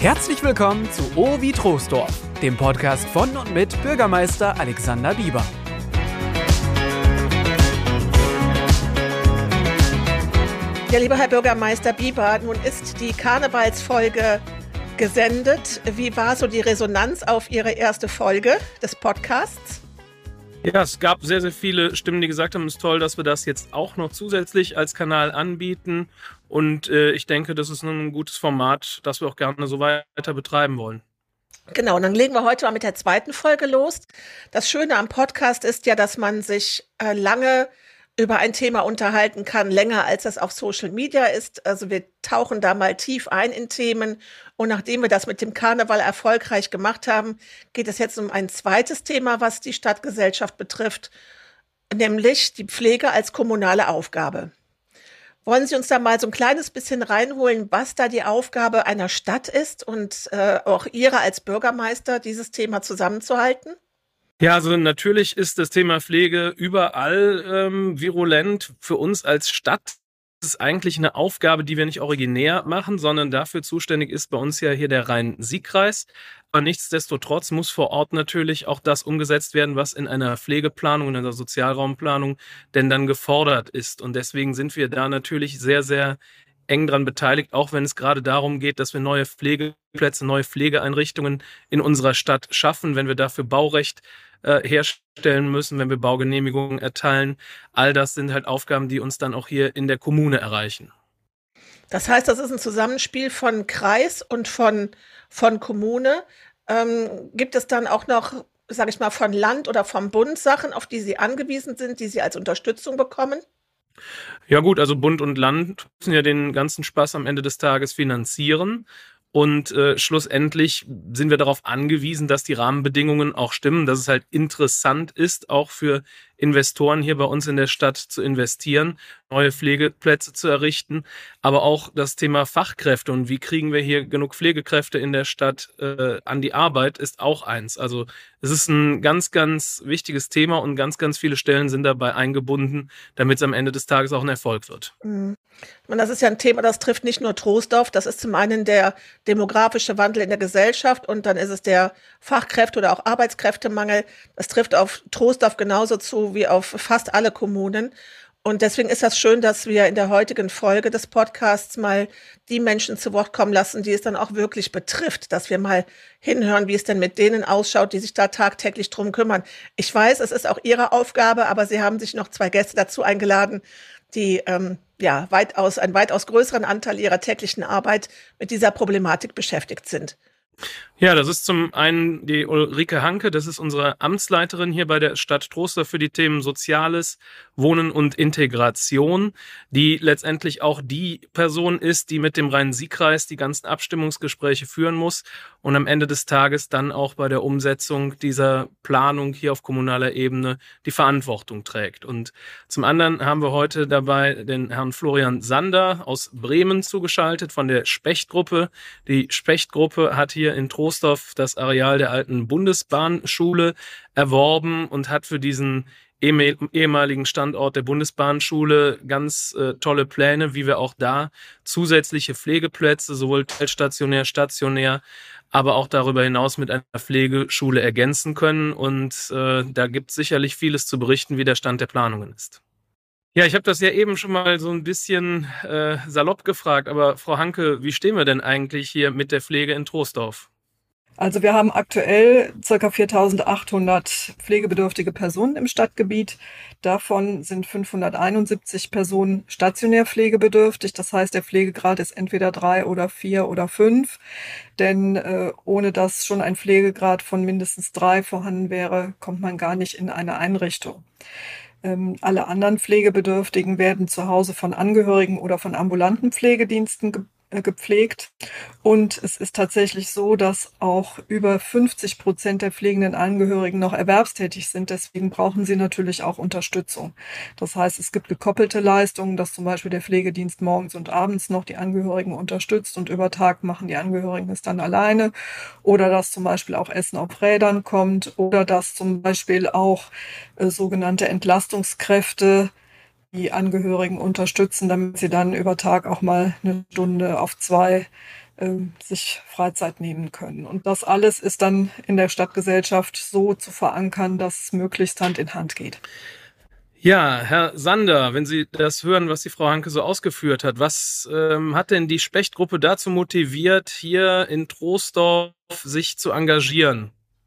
Herzlich willkommen zu O wie Troisdorf, dem Podcast von und mit Bürgermeister Alexander Bieber. Ja, lieber Herr Bürgermeister Bieber, nun ist die Karnevalsfolge gesendet. Wie war so die Resonanz auf Ihre erste Folge des Podcasts? Ja, es gab sehr, sehr viele Stimmen, die gesagt haben, es ist toll, dass wir das jetzt auch noch zusätzlich als Kanal anbieten. Und ich denke, das ist ein gutes Format, das wir auch gerne so weiter betreiben wollen. Genau, und dann legen wir heute mal mit der zweiten Folge los. Das Schöne am Podcast ist ja, dass man sich lange über ein Thema unterhalten kann, länger als das auf Social Media ist. Also wir tauchen da mal tief ein in Themen. Und nachdem wir das mit dem Karneval erfolgreich gemacht haben, geht es jetzt um ein zweites Thema, was die Stadtgesellschaft betrifft, nämlich die Pflege als kommunale Aufgabe. Wollen Sie uns da mal so ein kleines bisschen reinholen, was da die Aufgabe einer Stadt ist und auch Ihre als Bürgermeister, dieses Thema zusammenzuhalten? Ja, also natürlich ist das Thema Pflege überall virulent. Für uns als Stadt ist es eigentlich eine Aufgabe, die wir nicht originär machen, sondern dafür zuständig ist bei uns ja hier der Rhein-Sieg-Kreis. Aber nichtsdestotrotz muss vor Ort natürlich auch das umgesetzt werden, was in einer Pflegeplanung, in einer Sozialraumplanung denn dann gefordert ist. Und deswegen sind wir da natürlich sehr, sehr eng dran beteiligt, auch wenn es gerade darum geht, dass wir neue Pflegeplätze, neue Pflegeeinrichtungen in unserer Stadt schaffen, wenn wir dafür Baurecht herstellen müssen, wenn wir Baugenehmigungen erteilen. All das sind halt Aufgaben, die uns dann auch hier in der Kommune erreichen. Das heißt, das ist ein Zusammenspiel von Kreis und von Kommune. Gibt es dann auch noch, sage ich mal, von Land oder vom Bund Sachen, auf die Sie angewiesen sind, die Sie als Unterstützung bekommen? Ja gut, also Bund und Land müssen ja den ganzen Spaß am Ende des Tages finanzieren. Und schlussendlich sind wir darauf angewiesen, dass die Rahmenbedingungen auch stimmen, dass es halt interessant ist, auch für Investoren hier bei uns in der Stadt zu investieren, neue Pflegeplätze zu errichten, aber auch das Thema Fachkräfte und wie kriegen wir hier genug Pflegekräfte in der Stadt an die Arbeit, ist auch eins. Also es ist ein ganz, ganz wichtiges Thema und ganz, ganz viele Stellen sind dabei eingebunden, damit es am Ende des Tages auch ein Erfolg wird. Mhm. Ich meine, das ist ja ein Thema, das trifft nicht nur Troisdorf, das ist zum einen der demografische Wandel in der Gesellschaft und dann ist es der Fachkräfte- oder auch Arbeitskräftemangel. Das trifft auf Troisdorf genauso zu wie auf fast alle Kommunen. Und deswegen ist das schön, dass wir in der heutigen Folge des Podcasts mal die Menschen zu Wort kommen lassen, die es dann auch wirklich betrifft, dass wir mal hinhören, wie es denn mit denen ausschaut, die sich da tagtäglich drum kümmern. Ich weiß, es ist auch Ihre Aufgabe, aber Sie haben sich noch 2 Gäste dazu eingeladen, die einen weitaus größeren Anteil ihrer täglichen Arbeit mit dieser Problematik beschäftigt sind. Ja, das ist zum einen die Ulrike Hanke, das ist unsere Amtsleiterin hier bei der Stadt Troisdorf für die Themen Soziales, Wohnen und Integration, die letztendlich auch die Person ist, die mit dem Rhein-Sieg-Kreis die ganzen Abstimmungsgespräche führen muss und am Ende des Tages dann auch bei der Umsetzung dieser Planung hier auf kommunaler Ebene die Verantwortung trägt. Und zum anderen haben wir heute dabei den Herrn Florian Sander aus Bremen zugeschaltet von der Specht-Gruppe. Die Specht-Gruppe hat hier in Troisdorf das Areal der alten Bundesbahnschule erworben und hat für diesen ehemaligen Standort der Bundesbahnschule ganz tolle Pläne, wie wir auch da zusätzliche Pflegeplätze, sowohl teilstationär, stationär, aber auch darüber hinaus mit einer Pflegeschule ergänzen können. Und da gibt es sicherlich vieles zu berichten, wie der Stand der Planungen ist. Ja, ich habe das ja eben schon mal so ein bisschen salopp gefragt, aber Frau Hanke, wie stehen wir denn eigentlich hier mit der Pflege in Troisdorf? Also wir haben aktuell ca. 4.800 pflegebedürftige Personen im Stadtgebiet. Davon sind 571 Personen stationär pflegebedürftig. Das heißt, der Pflegegrad ist entweder 3 oder 4 oder 5. Denn ohne dass schon ein Pflegegrad von mindestens 3 vorhanden wäre, kommt man gar nicht in eine Einrichtung. Alle anderen Pflegebedürftigen werden zu Hause von Angehörigen oder von ambulanten Pflegediensten gepflegt. Und es ist tatsächlich so, dass auch über 50% der pflegenden Angehörigen noch erwerbstätig sind. Deswegen brauchen sie natürlich auch Unterstützung. Das heißt, es gibt gekoppelte Leistungen, dass zum Beispiel der Pflegedienst morgens und abends noch die Angehörigen unterstützt und über Tag machen die Angehörigen es dann alleine. Oder dass zum Beispiel auch Essen auf Rädern kommt oder dass zum Beispiel auch sogenannte Entlastungskräfte die Angehörigen unterstützen, damit sie dann über Tag auch mal eine Stunde auf 2 sich Freizeit nehmen können. Und das alles ist dann in der Stadtgesellschaft so zu verankern, dass es möglichst Hand in Hand geht. Ja, Herr Sander, wenn Sie das hören, was die Frau Hanke so ausgeführt hat, was hat denn die Specht-Gruppe dazu motiviert, hier in Troisdorf sich zu engagieren?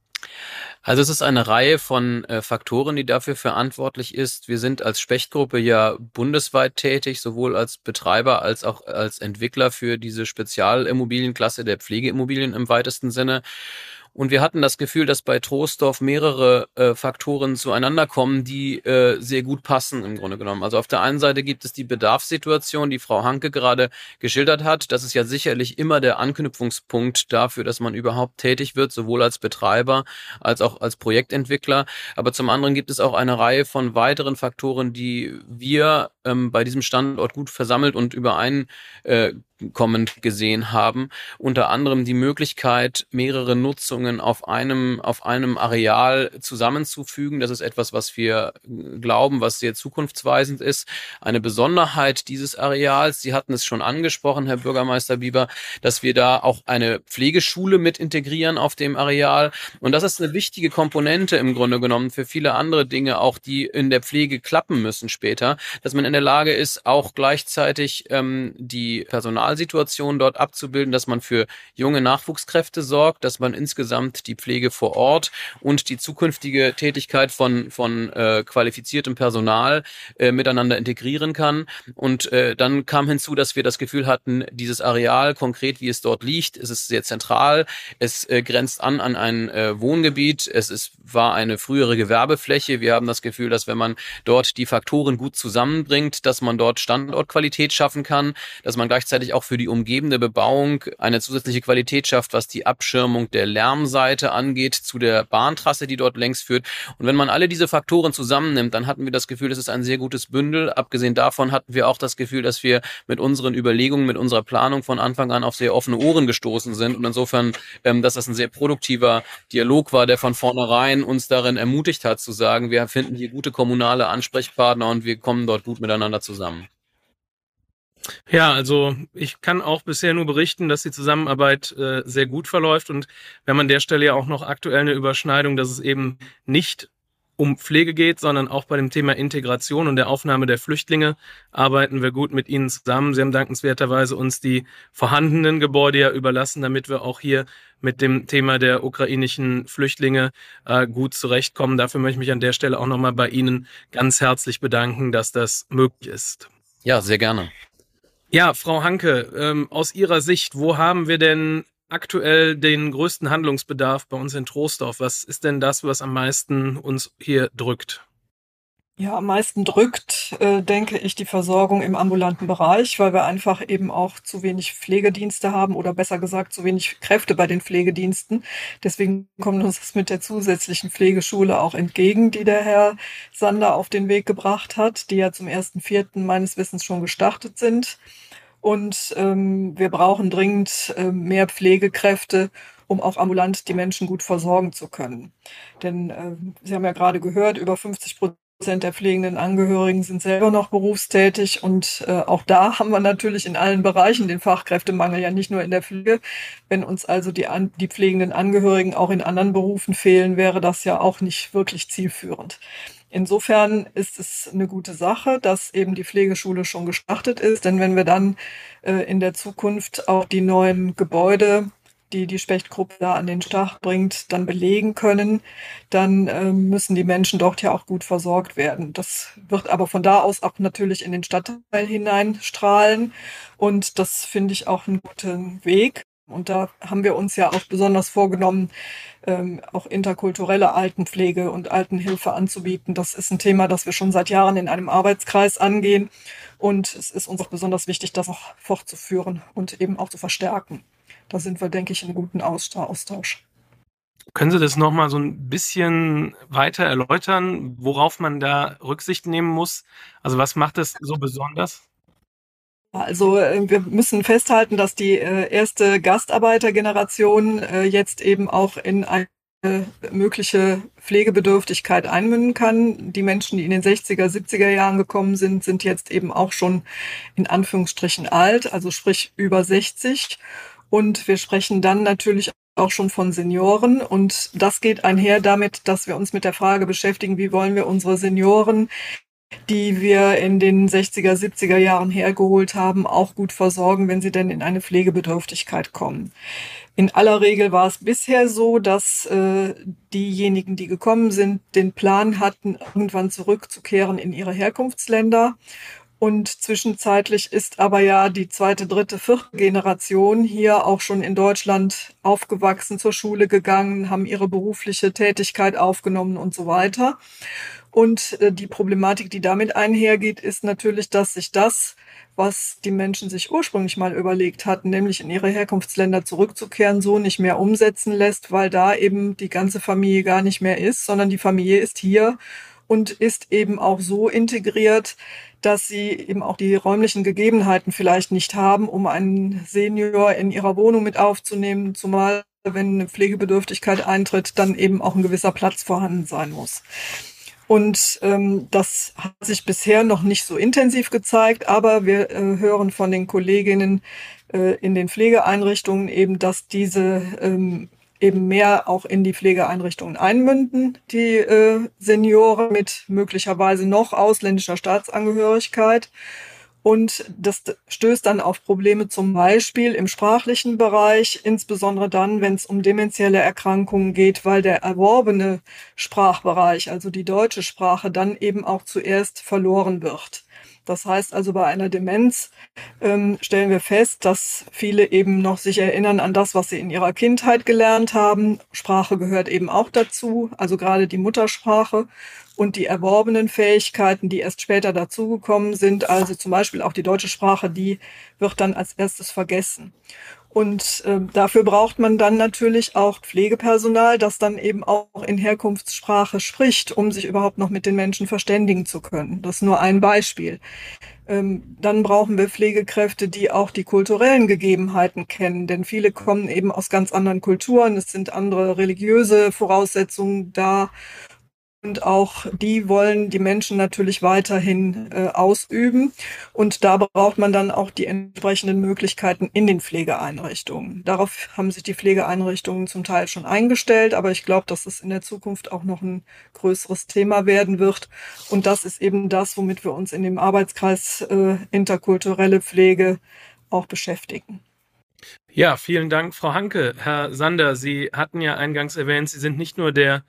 Also es ist eine Reihe von Faktoren, die dafür verantwortlich ist. Wir sind als Specht-Gruppe ja bundesweit tätig, sowohl als Betreiber als auch als Entwickler für diese Spezialimmobilienklasse der Pflegeimmobilien im weitesten Sinne. Und wir hatten das Gefühl, dass bei Troisdorf mehrere Faktoren zueinander kommen, die sehr gut passen im Grunde genommen. Also auf der einen Seite gibt es die Bedarfssituation, die Frau Hanke gerade geschildert hat. Das ist ja sicherlich immer der Anknüpfungspunkt dafür, dass man überhaupt tätig wird, sowohl als Betreiber als auch als Projektentwickler. Aber zum anderen gibt es auch eine Reihe von weiteren Faktoren, die wir bei diesem Standort gut versammelt und übereinkommend gesehen haben. Unter anderem die Möglichkeit, mehrere Nutzungen auf einem Areal zusammenzufügen. Das ist etwas, was wir glauben, was sehr zukunftsweisend ist. Eine Besonderheit dieses Areals, Sie hatten es schon angesprochen, Herr Bürgermeister Bieber, dass wir da auch eine Pflegeschule mit integrieren auf dem Areal. Und das ist eine wichtige Komponente im Grunde genommen für viele andere Dinge, auch die in der Pflege klappen müssen später, dass man in der Lage ist, auch gleichzeitig die Personalsituation dort abzubilden, dass man für junge Nachwuchskräfte sorgt, dass man insgesamt die Pflege vor Ort und die zukünftige Tätigkeit von qualifiziertem Personal miteinander integrieren kann. Und dann kam hinzu, dass wir das Gefühl hatten, dieses Areal, konkret wie es dort liegt, es ist sehr zentral, es grenzt an ein Wohngebiet, war eine frühere Gewerbefläche. Wir haben das Gefühl, dass wenn man dort die Faktoren gut zusammenbringt, dass man dort Standortqualität schaffen kann, dass man gleichzeitig auch für die umgebende Bebauung eine zusätzliche Qualität schafft, was die Abschirmung der Lärmseite angeht, zu der Bahntrasse, die dort längs führt. Und wenn man alle diese Faktoren zusammennimmt, dann hatten wir das Gefühl, es ist ein sehr gutes Bündel. Abgesehen davon hatten wir auch das Gefühl, dass wir mit unseren Überlegungen, mit unserer Planung von Anfang an auf sehr offene Ohren gestoßen sind. Und insofern, dass das ein sehr produktiver Dialog war, der von vornherein uns darin ermutigt hat, zu sagen, wir finden hier gute kommunale Ansprechpartner und wir kommen dort gut miteinander zusammen. Ja, also ich kann auch bisher nur berichten, dass die Zusammenarbeit sehr gut verläuft, und wir haben an der Stelle ja auch noch aktuell eine Überschneidung, dass es eben nicht um Pflege geht, sondern auch bei dem Thema Integration und der Aufnahme der Flüchtlinge arbeiten wir gut mit Ihnen zusammen. Sie haben dankenswerterweise uns die vorhandenen Gebäude ja überlassen, damit wir auch hier mit dem Thema der ukrainischen Flüchtlinge gut zurechtkommen. Dafür möchte ich mich an der Stelle auch nochmal bei Ihnen ganz herzlich bedanken, dass das möglich ist. Ja, sehr gerne. Ja, Frau Hanke, aus Ihrer Sicht, wo haben wir denn aktuell den größten Handlungsbedarf bei uns in Troisdorf? Was ist denn das, was am meisten uns hier drückt? Ja, am meisten drückt, denke ich, die Versorgung im ambulanten Bereich, weil wir einfach eben auch zu wenig Pflegedienste haben oder besser gesagt zu wenig Kräfte bei den Pflegediensten. Deswegen kommt uns das mit der zusätzlichen Pflegeschule auch entgegen, die der Herr Sander auf den Weg gebracht hat, die ja zum 1.4. meines Wissens schon gestartet sind. Und wir brauchen dringend mehr Pflegekräfte, um auch ambulant die Menschen gut versorgen zu können. Denn Sie haben ja gerade gehört, über 50% der pflegenden Angehörigen sind selber noch berufstätig, und auch da haben wir natürlich in allen Bereichen den Fachkräftemangel, ja nicht nur in der Pflege. Wenn uns also die pflegenden Angehörigen auch in anderen Berufen fehlen, wäre das ja auch nicht wirklich zielführend. Insofern ist es eine gute Sache, dass eben die Pflegeschule schon gestartet ist, denn wenn wir dann in der Zukunft auch die neuen Gebäude, die die Specht-Gruppe da an den Start bringt, dann belegen können, dann müssen die Menschen dort ja auch gut versorgt werden. Das wird aber von da aus auch natürlich in den Stadtteil hineinstrahlen, und das finde ich auch einen guten Weg. Und da haben wir uns ja auch besonders vorgenommen, auch interkulturelle Altenpflege und Altenhilfe anzubieten. Das ist ein Thema, das wir schon seit Jahren in einem Arbeitskreis angehen. Und es ist uns auch besonders wichtig, das auch fortzuführen und eben auch zu verstärken. Da sind wir, denke ich, in einem guten Austausch. Können Sie das nochmal so ein bisschen weiter erläutern, worauf man da Rücksicht nehmen muss? Also was macht das so besonders? Also wir müssen festhalten, dass die erste Gastarbeitergeneration jetzt eben auch in eine mögliche Pflegebedürftigkeit einmünden kann. Die Menschen, die in den 60er, 70er Jahren gekommen sind jetzt eben auch schon in Anführungsstrichen alt, also sprich über 60. Und wir sprechen dann natürlich auch schon von Senioren. Und das geht einher damit, dass wir uns mit der Frage beschäftigen, wie wollen wir unsere Senioren, die wir in den 60er, 70er Jahren hergeholt haben, auch gut versorgen, wenn sie denn in eine Pflegebedürftigkeit kommen. In aller Regel war es bisher so, dass diejenigen, die gekommen sind, den Plan hatten, irgendwann zurückzukehren in ihre Herkunftsländer. Und zwischenzeitlich ist aber ja die zweite, dritte, vierte Generation hier auch schon in Deutschland aufgewachsen, zur Schule gegangen, haben ihre berufliche Tätigkeit aufgenommen und so weiter. Und die Problematik, die damit einhergeht, ist natürlich, dass sich das, was die Menschen sich ursprünglich mal überlegt hatten, nämlich in ihre Herkunftsländer zurückzukehren, so nicht mehr umsetzen lässt, weil da eben die ganze Familie gar nicht mehr ist, sondern die Familie ist hier und ist eben auch so integriert, dass sie eben auch die räumlichen Gegebenheiten vielleicht nicht haben, um einen Senior in ihrer Wohnung mit aufzunehmen, zumal wenn eine Pflegebedürftigkeit eintritt, dann eben auch ein gewisser Platz vorhanden sein muss. Und das hat sich bisher noch nicht so intensiv gezeigt, aber wir hören von den Kolleginnen in den Pflegeeinrichtungen eben, dass diese eben mehr auch in die Pflegeeinrichtungen einmünden, die Senioren mit möglicherweise noch ausländischer Staatsangehörigkeit. Und das stößt dann auf Probleme zum Beispiel im sprachlichen Bereich, insbesondere dann, wenn es um dementielle Erkrankungen geht, weil der erworbene Sprachbereich, also die deutsche Sprache, dann eben auch zuerst verloren wird. Das heißt also, bei einer Demenz stellen wir fest, dass viele eben noch sich erinnern an das, was sie in ihrer Kindheit gelernt haben. Sprache gehört eben auch dazu, also gerade die Muttersprache. Und die erworbenen Fähigkeiten, die erst später dazugekommen sind, also zum Beispiel auch die deutsche Sprache, die wird dann als erstes vergessen. Und dafür braucht man dann natürlich auch Pflegepersonal, das dann eben auch in Herkunftssprache spricht, um sich überhaupt noch mit den Menschen verständigen zu können. Das ist nur ein Beispiel. Dann brauchen wir Pflegekräfte, die auch die kulturellen Gegebenheiten kennen, denn viele kommen eben aus ganz anderen Kulturen, es sind andere religiöse Voraussetzungen da. Und auch die wollen die Menschen natürlich weiterhin ausüben. Und da braucht man dann auch die entsprechenden Möglichkeiten in den Pflegeeinrichtungen. Darauf haben sich die Pflegeeinrichtungen zum Teil schon eingestellt, aber ich glaube, dass es in der Zukunft auch noch ein größeres Thema werden wird. Und das ist eben das, womit wir uns in dem Arbeitskreis interkulturelle Pflege auch beschäftigen. Ja, vielen Dank, Frau Hanke. Herr Sander, Sie hatten ja eingangs erwähnt, Sie sind nicht nur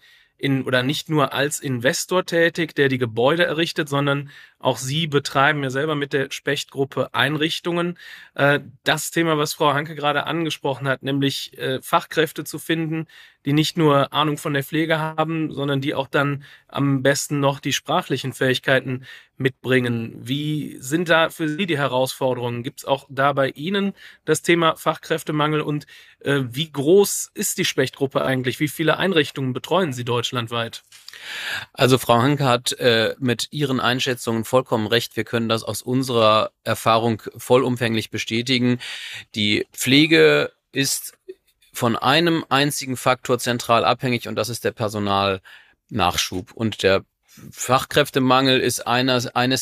nicht nur als Investor tätig, der die Gebäude errichtet, sondern auch Sie betreiben ja selber mit der Specht-Gruppe Einrichtungen. Das Thema, was Frau Hanke gerade angesprochen hat, nämlich Fachkräfte zu finden, die nicht nur Ahnung von der Pflege haben, sondern die auch dann am besten noch die sprachlichen Fähigkeiten mitbringen. Wie sind da für Sie die Herausforderungen? Gibt es auch da bei Ihnen das Thema Fachkräftemangel und wie groß ist die Specht-Gruppe eigentlich? Wie viele Einrichtungen betreuen Sie deutschlandweit? Also Frau Hanke hat mit ihren Einschätzungen vollkommen recht. Wir können das aus unserer Erfahrung vollumfänglich bestätigen. Die Pflege ist von einem einzigen Faktor zentral abhängig und das ist der Personalnachschub. Und der Fachkräftemangel ist einer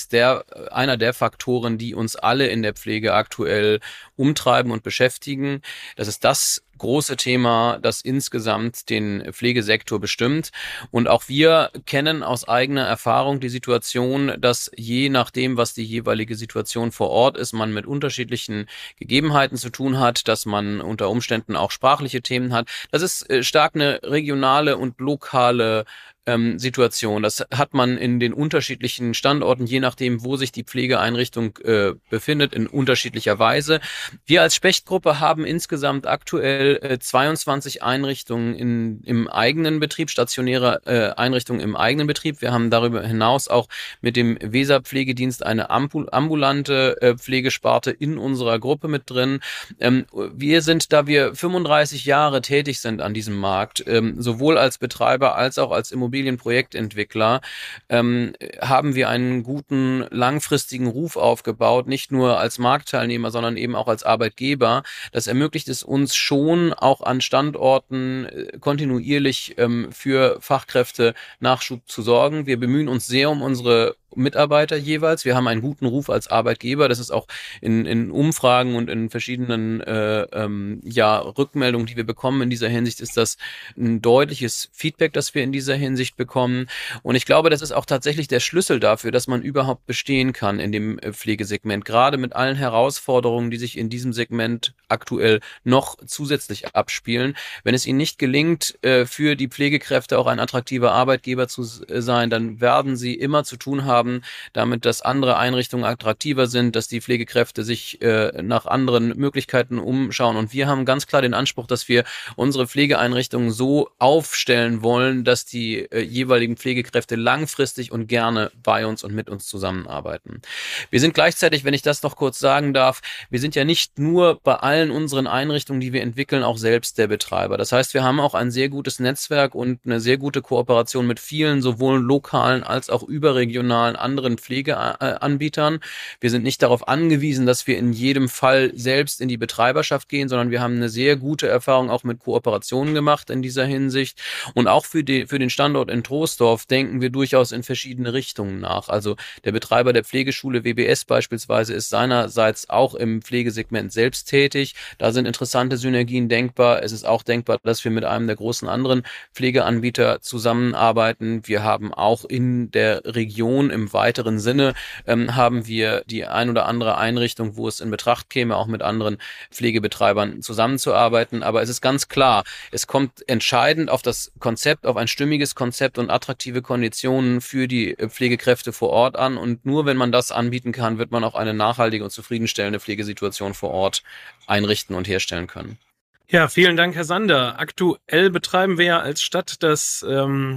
der Faktoren, die uns alle in der Pflege aktuell umtreiben und beschäftigen. Das ist das große Thema, das insgesamt den Pflegesektor bestimmt. Und auch wir kennen aus eigener Erfahrung die Situation, dass je nachdem, was die jeweilige Situation vor Ort ist, man mit unterschiedlichen Gegebenheiten zu tun hat, dass man unter Umständen auch sprachliche Themen hat. Das ist stark eine regionale und lokale Situation. Das hat man in den unterschiedlichen Standorten, je nachdem, wo sich die Pflegeeinrichtung befindet, in unterschiedlicher Weise. Wir als Specht-Gruppe haben insgesamt aktuell 22 Einrichtungen im eigenen Betrieb, stationäre Einrichtungen im eigenen Betrieb. Wir haben darüber hinaus auch mit dem Weser-Pflegedienst eine ambulante Pflegesparte in unserer Gruppe mit drin. Wir sind, da wir 35 Jahre tätig sind an diesem Markt, sowohl als Betreiber als auch als Immobilienbesitzer, Immobilienprojektentwickler haben wir einen guten langfristigen Ruf aufgebaut, nicht nur als Marktteilnehmer, sondern eben auch als Arbeitgeber. Das ermöglicht es uns schon, auch an Standorten kontinuierlich für Fachkräfte-Nachschub zu sorgen. Wir bemühen uns sehr um unsere Mitarbeiter jeweils. Wir haben einen guten Ruf als Arbeitgeber. Das ist auch in Umfragen und in verschiedenen Rückmeldungen, die wir bekommen in dieser Hinsicht, ist das ein deutliches Feedback, das wir in dieser Hinsicht bekommen. Und ich glaube, das ist auch tatsächlich der Schlüssel dafür, dass man überhaupt bestehen kann in dem Pflegesegment. Gerade mit allen Herausforderungen, die sich in diesem Segment aktuell noch zusätzlich abspielen. Wenn es ihnen nicht gelingt, für die Pflegekräfte auch ein attraktiver Arbeitgeber zu sein, dann werden sie immer zu tun haben, damit, dass andere Einrichtungen attraktiver sind, dass die Pflegekräfte sich nach anderen Möglichkeiten umschauen. Und wir haben ganz klar den Anspruch, dass wir unsere Pflegeeinrichtungen so aufstellen wollen, dass die jeweiligen Pflegekräfte langfristig und gerne bei uns und mit uns zusammenarbeiten. Wir sind gleichzeitig, wenn ich das noch kurz sagen darf, wir sind ja nicht nur bei allen unseren Einrichtungen, die wir entwickeln, auch selbst der Betreiber. Das heißt, wir haben auch ein sehr gutes Netzwerk und eine sehr gute Kooperation mit vielen, sowohl lokalen als auch überregionalen anderen Pflegeanbietern. Wir sind nicht darauf angewiesen, dass wir in jedem Fall selbst in die Betreiberschaft gehen, sondern wir haben eine sehr gute Erfahrung auch mit Kooperationen gemacht in dieser Hinsicht. Und auch für den Standort in Troisdorf denken wir durchaus in verschiedene Richtungen nach. Also der Betreiber der Pflegeschule WBS beispielsweise ist seinerseits auch im Pflegesegment selbst tätig. Da sind interessante Synergien denkbar. Es ist auch denkbar, dass wir mit einem der großen anderen Pflegeanbieter zusammenarbeiten. Wir haben auch in der Region im weiteren Sinne haben wir die ein oder andere Einrichtung, wo es in Betracht käme, auch mit anderen Pflegebetreibern zusammenzuarbeiten. Aber es ist ganz klar, es kommt entscheidend auf das Konzept, auf ein stimmiges Konzept und attraktive Konditionen für die Pflegekräfte vor Ort an. Und nur wenn man das anbieten kann, wird man auch eine nachhaltige und zufriedenstellende Pflegesituation vor Ort einrichten und herstellen können. Ja, vielen Dank, Herr Sander. Aktuell betreiben wir ja als Stadt das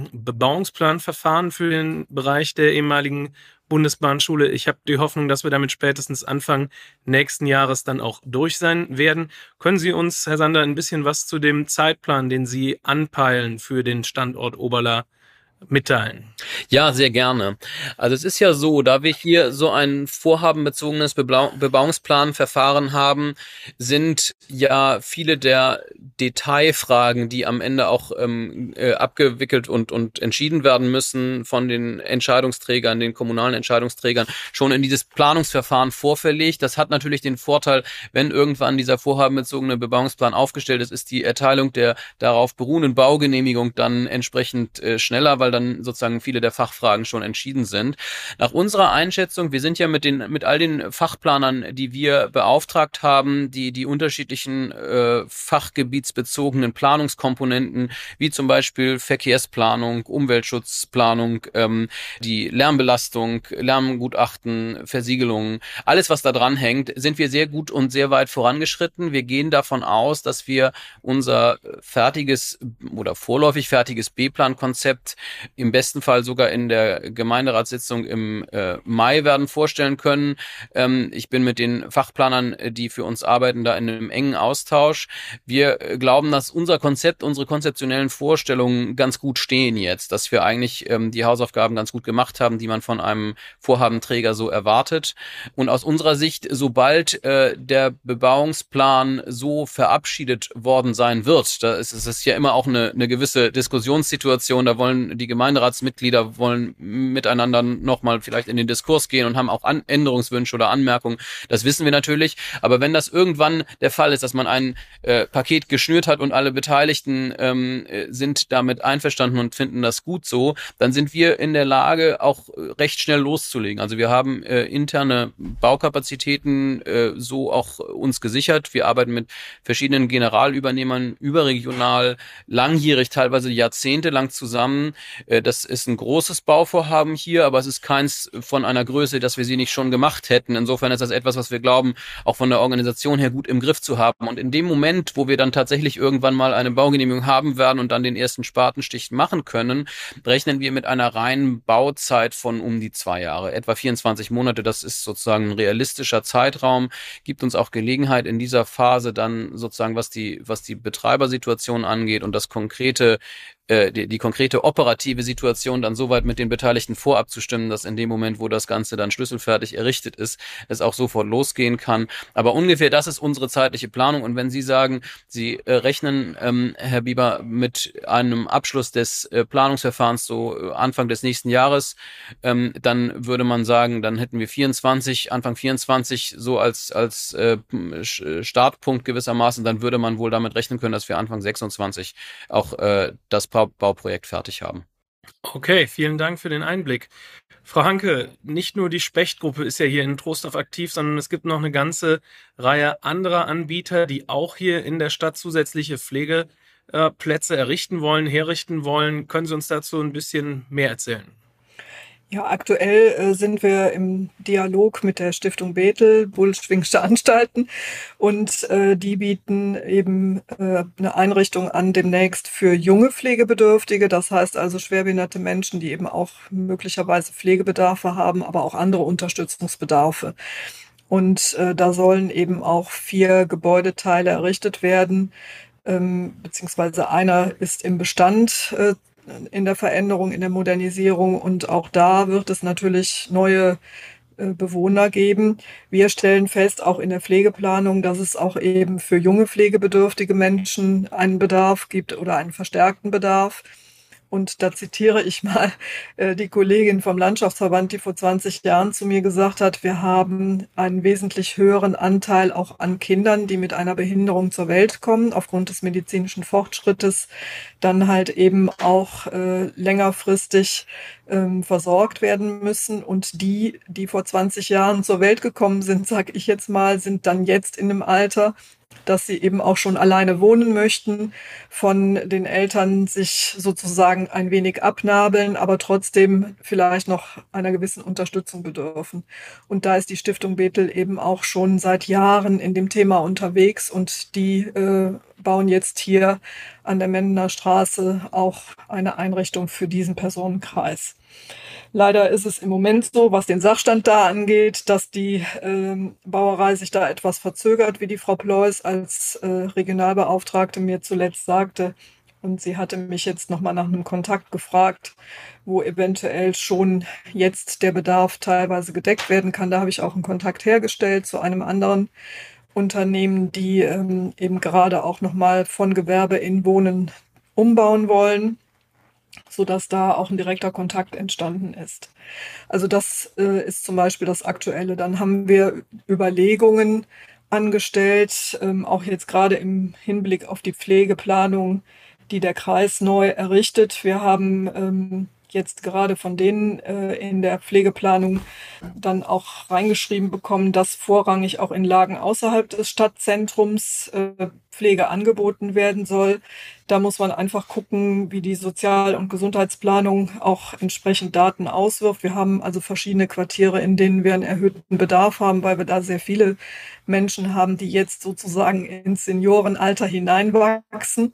Bebauungsplanverfahren für den Bereich der ehemaligen Bundesbahnschule. Ich habe die Hoffnung, dass wir damit spätestens Anfang nächsten Jahres dann auch durch sein werden. Können Sie uns, Herr Sander, ein bisschen was zu dem Zeitplan, den Sie anpeilen für den Standort Oberla, mitteilen? Ja, sehr gerne. Also es ist ja so, da wir hier so ein vorhabenbezogenes Bebauungsplanverfahren haben, sind ja viele der Detailfragen, die am Ende auch abgewickelt und entschieden werden müssen von den Entscheidungsträgern, den kommunalen Entscheidungsträgern, schon in dieses Planungsverfahren vorverlegt. Das hat natürlich den Vorteil, wenn irgendwann dieser vorhabenbezogene Bebauungsplan aufgestellt ist, ist die Erteilung der darauf beruhenden Baugenehmigung dann entsprechend schneller, weil dann sozusagen viele der Fachfragen schon entschieden sind. Nach unserer Einschätzung, wir sind ja mit all den Fachplanern, die wir beauftragt haben, die unterschiedlichen fachgebietsbezogenen Planungskomponenten, wie zum Beispiel Verkehrsplanung, Umweltschutzplanung, die Lärmbelastung, Lärmgutachten, Versiegelungen, alles, was da dran hängt, sind wir sehr gut und sehr weit vorangeschritten. Wir gehen davon aus, dass wir unser fertiges oder vorläufig fertiges B-Plan-Konzept im besten Fall sogar in der Gemeinderatssitzung im Mai werden vorstellen können. Ich bin mit den Fachplanern, die für uns arbeiten, da in einem engen Austausch. Wir glauben, dass unser Konzept, unsere konzeptionellen Vorstellungen ganz gut stehen jetzt, dass wir eigentlich die Hausaufgaben ganz gut gemacht haben, die man von einem Vorhabenträger so erwartet. Und aus unserer Sicht, sobald der Bebauungsplan so verabschiedet worden sein wird, da ist es ja immer auch eine gewisse Diskussionssituation, da wollen die Gemeinderatsmitglieder wollen miteinander nochmal vielleicht in den Diskurs gehen und haben auch Änderungswünsche oder Anmerkungen. Das wissen wir natürlich. Aber wenn das irgendwann der Fall ist, dass man ein Paket geschnürt hat und alle Beteiligten sind damit einverstanden und finden das gut so, dann sind wir in der Lage, auch recht schnell loszulegen. Also wir haben interne Baukapazitäten so auch uns gesichert. Wir arbeiten mit verschiedenen Generalübernehmern überregional, langjährig, teilweise jahrzehntelang zusammen. Das ist ein großes Bauvorhaben hier, aber es ist keins von einer Größe, dass wir sie nicht schon gemacht hätten. Insofern ist das etwas, was wir glauben, auch von der Organisation her gut im Griff zu haben. Und in dem Moment, wo wir dann tatsächlich irgendwann mal eine Baugenehmigung haben werden und dann den ersten Spatenstich machen können, rechnen wir mit einer reinen Bauzeit von um die 2 Jahre, etwa 24 Monate. Das ist sozusagen ein realistischer Zeitraum, gibt uns auch Gelegenheit in dieser Phase dann sozusagen, was die Betreibersituation angeht und das konkrete die konkrete operative Situation dann soweit mit den Beteiligten vorab zu stimmen, dass in dem Moment, wo das Ganze dann schlüsselfertig errichtet ist, es auch sofort losgehen kann. Aber ungefähr das ist unsere zeitliche Planung. Und wenn Sie sagen, Sie rechnen, Herr Bieber, mit einem Abschluss des Planungsverfahrens so Anfang des nächsten Jahres, dann würde man sagen, dann hätten wir Anfang 24 so als Startpunkt gewissermaßen, dann würde man wohl damit rechnen können, dass wir Anfang 26 auch das Bauprojekt fertig haben. Okay, vielen Dank für den Einblick. Frau Hanke, nicht nur die Specht-Gruppe ist ja hier in Troisdorf aktiv, sondern es gibt noch eine ganze Reihe anderer Anbieter, die auch hier in der Stadt zusätzliche Pflegeplätze herrichten wollen. Können Sie uns dazu ein bisschen mehr erzählen? Ja, aktuell sind wir im Dialog mit der Stiftung Bethel, Bullschwing'sche Anstalten, und die bieten eben eine Einrichtung an demnächst für junge Pflegebedürftige, das heißt also schwerbehinderte Menschen, die eben auch möglicherweise Pflegebedarfe haben, aber auch andere Unterstützungsbedarfe. Und da sollen eben auch 4 Gebäudeteile errichtet werden, beziehungsweise einer ist im Bestand in der Veränderung, in der Modernisierung, und auch da wird es natürlich neue Bewohner geben. Wir stellen fest, auch in der Pflegeplanung, dass es auch eben für junge pflegebedürftige Menschen einen Bedarf gibt oder einen verstärkten Bedarf. Und da zitiere ich mal die Kollegin vom Landschaftsverband, die vor 20 Jahren zu mir gesagt hat, wir haben einen wesentlich höheren Anteil auch an Kindern, die mit einer Behinderung zur Welt kommen, aufgrund des medizinischen Fortschrittes, dann halt eben auch längerfristig versorgt werden müssen. Und die vor 20 Jahren zur Welt gekommen sind, sag ich jetzt mal, sind dann jetzt in einem Alter, dass sie eben auch schon alleine wohnen möchten, von den Eltern sich sozusagen ein wenig abnabeln, aber trotzdem vielleicht noch einer gewissen Unterstützung bedürfen. Und da ist die Stiftung Bethel eben auch schon seit Jahren in dem Thema unterwegs, und die bauen jetzt hier an der Mendener Straße auch eine Einrichtung für diesen Personenkreis. Leider ist es im Moment so, was den Sachstand da angeht, dass die Bauerei sich da etwas verzögert, wie die Frau Pleuß als Regionalbeauftragte mir zuletzt sagte. Und sie hatte mich jetzt nochmal nach einem Kontakt gefragt, wo eventuell schon jetzt der Bedarf teilweise gedeckt werden kann. Da habe ich auch einen Kontakt hergestellt zu einem anderen Unternehmen, die eben gerade auch nochmal von Gewerbe in Wohnen umbauen wollen, sodass da auch ein direkter Kontakt entstanden ist. Also das ist zum Beispiel das Aktuelle. Dann haben wir Überlegungen angestellt, auch jetzt gerade im Hinblick auf die Pflegeplanung, die der Kreis neu errichtet. Wir haben jetzt gerade von denen in der Pflegeplanung dann auch reingeschrieben bekommen, dass vorrangig auch in Lagen außerhalb des Stadtzentrums Pflege angeboten werden soll. Da muss man einfach gucken, wie die Sozial- und Gesundheitsplanung auch entsprechend Daten auswirft. Wir haben also verschiedene Quartiere, in denen wir einen erhöhten Bedarf haben, weil wir da sehr viele Menschen haben, die jetzt sozusagen ins Seniorenalter hineinwachsen.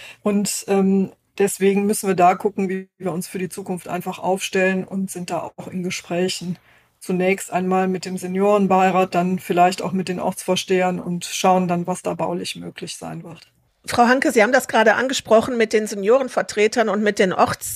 Und deswegen müssen wir da gucken, wie wir uns für die Zukunft einfach aufstellen, und sind da auch in Gesprächen. Zunächst einmal mit dem Seniorenbeirat, dann vielleicht auch mit den Ortsvorstehern, und schauen dann, was da baulich möglich sein wird. Frau Hanke, Sie haben das gerade angesprochen mit den Seniorenvertretern und mit den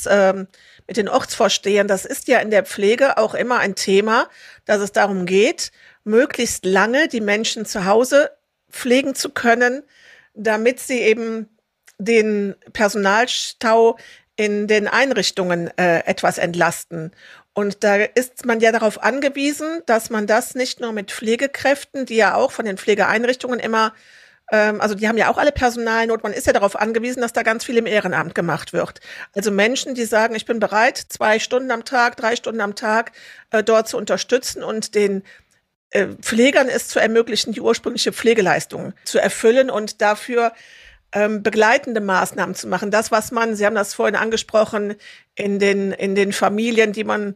Ortsvorstehern. Das ist ja in der Pflege auch immer ein Thema, dass es darum geht, möglichst lange die Menschen zu Hause pflegen zu können, damit sie eben den Personalstau in den Einrichtungen etwas entlasten. Und da ist man ja darauf angewiesen, dass man das nicht nur mit Pflegekräften, die ja auch von den Pflegeeinrichtungen immer, also die haben ja auch alle Personalnot, man ist ja darauf angewiesen, dass da ganz viel im Ehrenamt gemacht wird. Also Menschen, die sagen, ich bin bereit, 2 Stunden am Tag, 3 Stunden am Tag dort zu unterstützen und den Pflegern es zu ermöglichen, die ursprüngliche Pflegeleistung zu erfüllen und dafür begleitende Maßnahmen zu machen. Das, was man, Sie haben das vorhin angesprochen, in den Familien,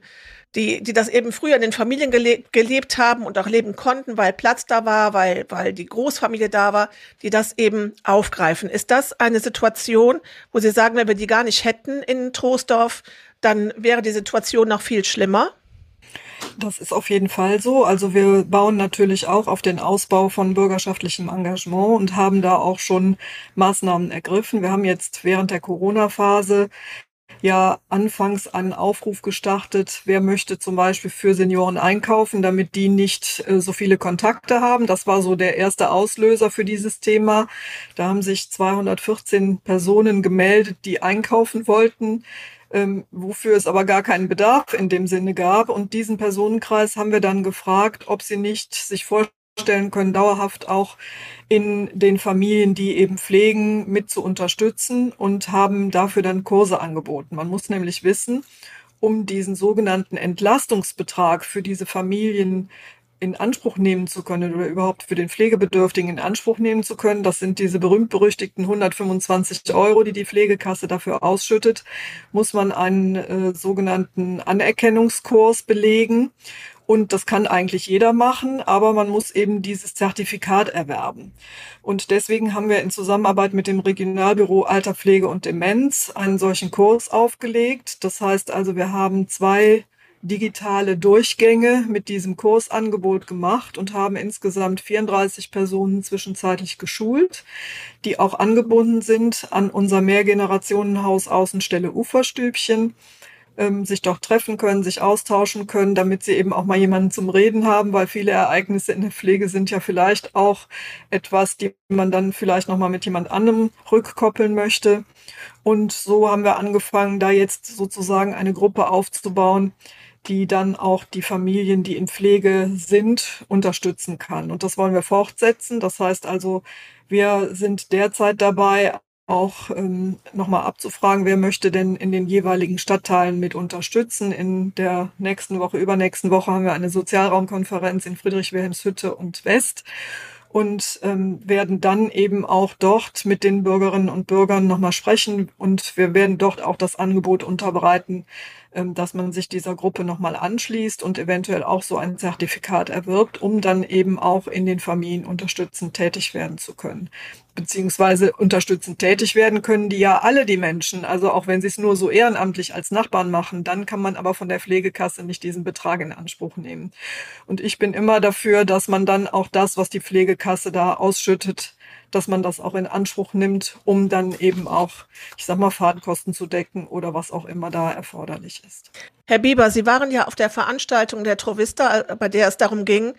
die das eben früher in den Familien gelebt haben und auch leben konnten, weil Platz da war, weil die Großfamilie da war, die das eben aufgreifen. Ist das eine Situation, wo Sie sagen, wenn wir die gar nicht hätten in Troisdorf, dann wäre die Situation noch viel schlimmer? Das ist auf jeden Fall so. Also wir bauen natürlich auch auf den Ausbau von bürgerschaftlichem Engagement und haben da auch schon Maßnahmen ergriffen. Wir haben jetzt während der Corona-Phase ja anfangs einen Aufruf gestartet, wer möchte zum Beispiel für Senioren einkaufen, damit die nicht so viele Kontakte haben. Das war so der erste Auslöser für dieses Thema. Da haben sich 214 Personen gemeldet, die einkaufen wollten, wofür es aber gar keinen Bedarf in dem Sinne gab. Und diesen Personenkreis haben wir dann gefragt, ob sie nicht sich vorstellen können, dauerhaft auch in den Familien, die eben pflegen, mit zu unterstützen und haben dafür dann Kurse angeboten. Man muss nämlich wissen, um diesen sogenannten Entlastungsbetrag für diese Familien in Anspruch nehmen zu können oder überhaupt für den Pflegebedürftigen in Anspruch nehmen zu können, das sind diese berühmt-berüchtigten 125 €, die die Pflegekasse dafür ausschüttet, muss man einen sogenannten Anerkennungskurs belegen. Und das kann eigentlich jeder machen, aber man muss eben dieses Zertifikat erwerben. Und deswegen haben wir in Zusammenarbeit mit dem Regionalbüro Alter, Pflege und Demenz einen solchen Kurs aufgelegt. Das heißt also, wir haben 2 digitale Durchgänge mit diesem Kursangebot gemacht und haben insgesamt 34 Personen zwischenzeitlich geschult, die auch angebunden sind an unser Mehrgenerationenhaus Außenstelle Uferstübchen, sich doch treffen können, sich austauschen können, damit sie eben auch mal jemanden zum Reden haben, weil viele Ereignisse in der Pflege sind ja vielleicht auch etwas, die man dann vielleicht noch mal mit jemand anderem rückkoppeln möchte. Und so haben wir angefangen, da jetzt sozusagen eine Gruppe aufzubauen, die dann auch die Familien, die in Pflege sind, unterstützen kann. Und das wollen wir fortsetzen. Das heißt also, wir sind derzeit dabei, auch nochmal abzufragen, wer möchte denn in den jeweiligen Stadtteilen mit unterstützen. In der nächsten Woche, übernächsten Woche haben wir eine Sozialraumkonferenz in Friedrich-Wilhelms-Hütte und West und werden dann eben auch dort mit den Bürgerinnen und Bürgern nochmal sprechen und wir werden dort auch das Angebot unterbreiten, dass man sich dieser Gruppe nochmal anschließt und eventuell auch so ein Zertifikat erwirbt, um dann eben auch in den Familien unterstützend tätig werden zu können. Beziehungsweise unterstützend tätig werden können die ja alle die Menschen, also auch wenn sie es nur so ehrenamtlich als Nachbarn machen, dann kann man aber von der Pflegekasse nicht diesen Betrag in Anspruch nehmen. Und ich bin immer dafür, dass man dann auch das, was die Pflegekasse da ausschüttet, dass man das auch in Anspruch nimmt, um dann eben auch, ich sag mal, Fahrtkosten zu decken oder was auch immer da erforderlich ist. Herr Bieber, Sie waren ja auf der Veranstaltung der Trovista, bei der es darum ging,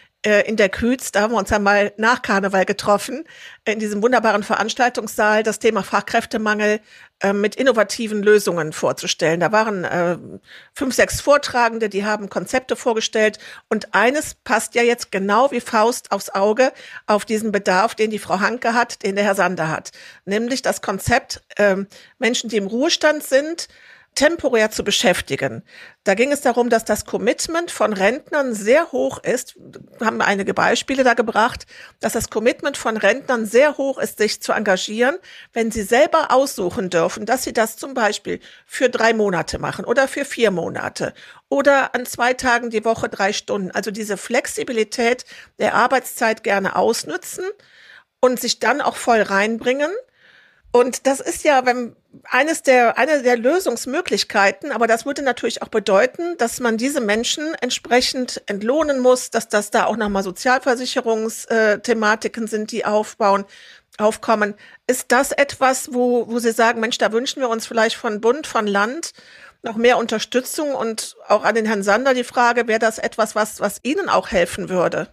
in der Kütz, da haben wir uns ja mal nach Karneval getroffen, in diesem wunderbaren Veranstaltungssaal das Thema Fachkräftemangel mit innovativen Lösungen vorzustellen. Da waren 5, 6 Vortragende, die haben Konzepte vorgestellt und eines passt ja jetzt genau wie Faust aufs Auge auf diesen Bedarf, den die Frau Hanke hat, den der Herr Sander hat. Nämlich das Konzept, Menschen, die im Ruhestand sind, temporär zu beschäftigen. Da ging es darum, dass das Commitment von Rentnern sehr hoch ist. Wir haben einige Beispiele da gebracht, dass das Commitment von Rentnern sehr hoch ist, sich zu engagieren, wenn sie selber aussuchen dürfen, dass sie das zum Beispiel für 3 Monate machen oder für 4 Monate oder an 2 Tagen die Woche 3 Stunden. Also diese Flexibilität der Arbeitszeit gerne ausnützen und sich dann auch voll reinbringen. Und das ist ja eine der Lösungsmöglichkeiten, aber das würde natürlich auch bedeuten, dass man diese Menschen entsprechend entlohnen muss, dass das da auch nochmal Sozialversicherungsthematiken sind, die aufkommen. Ist das etwas, wo Sie sagen, Mensch, da wünschen wir uns vielleicht von Bund, von Land noch mehr Unterstützung und auch an den Herrn Sander die Frage, wäre das etwas, was Ihnen auch helfen würde?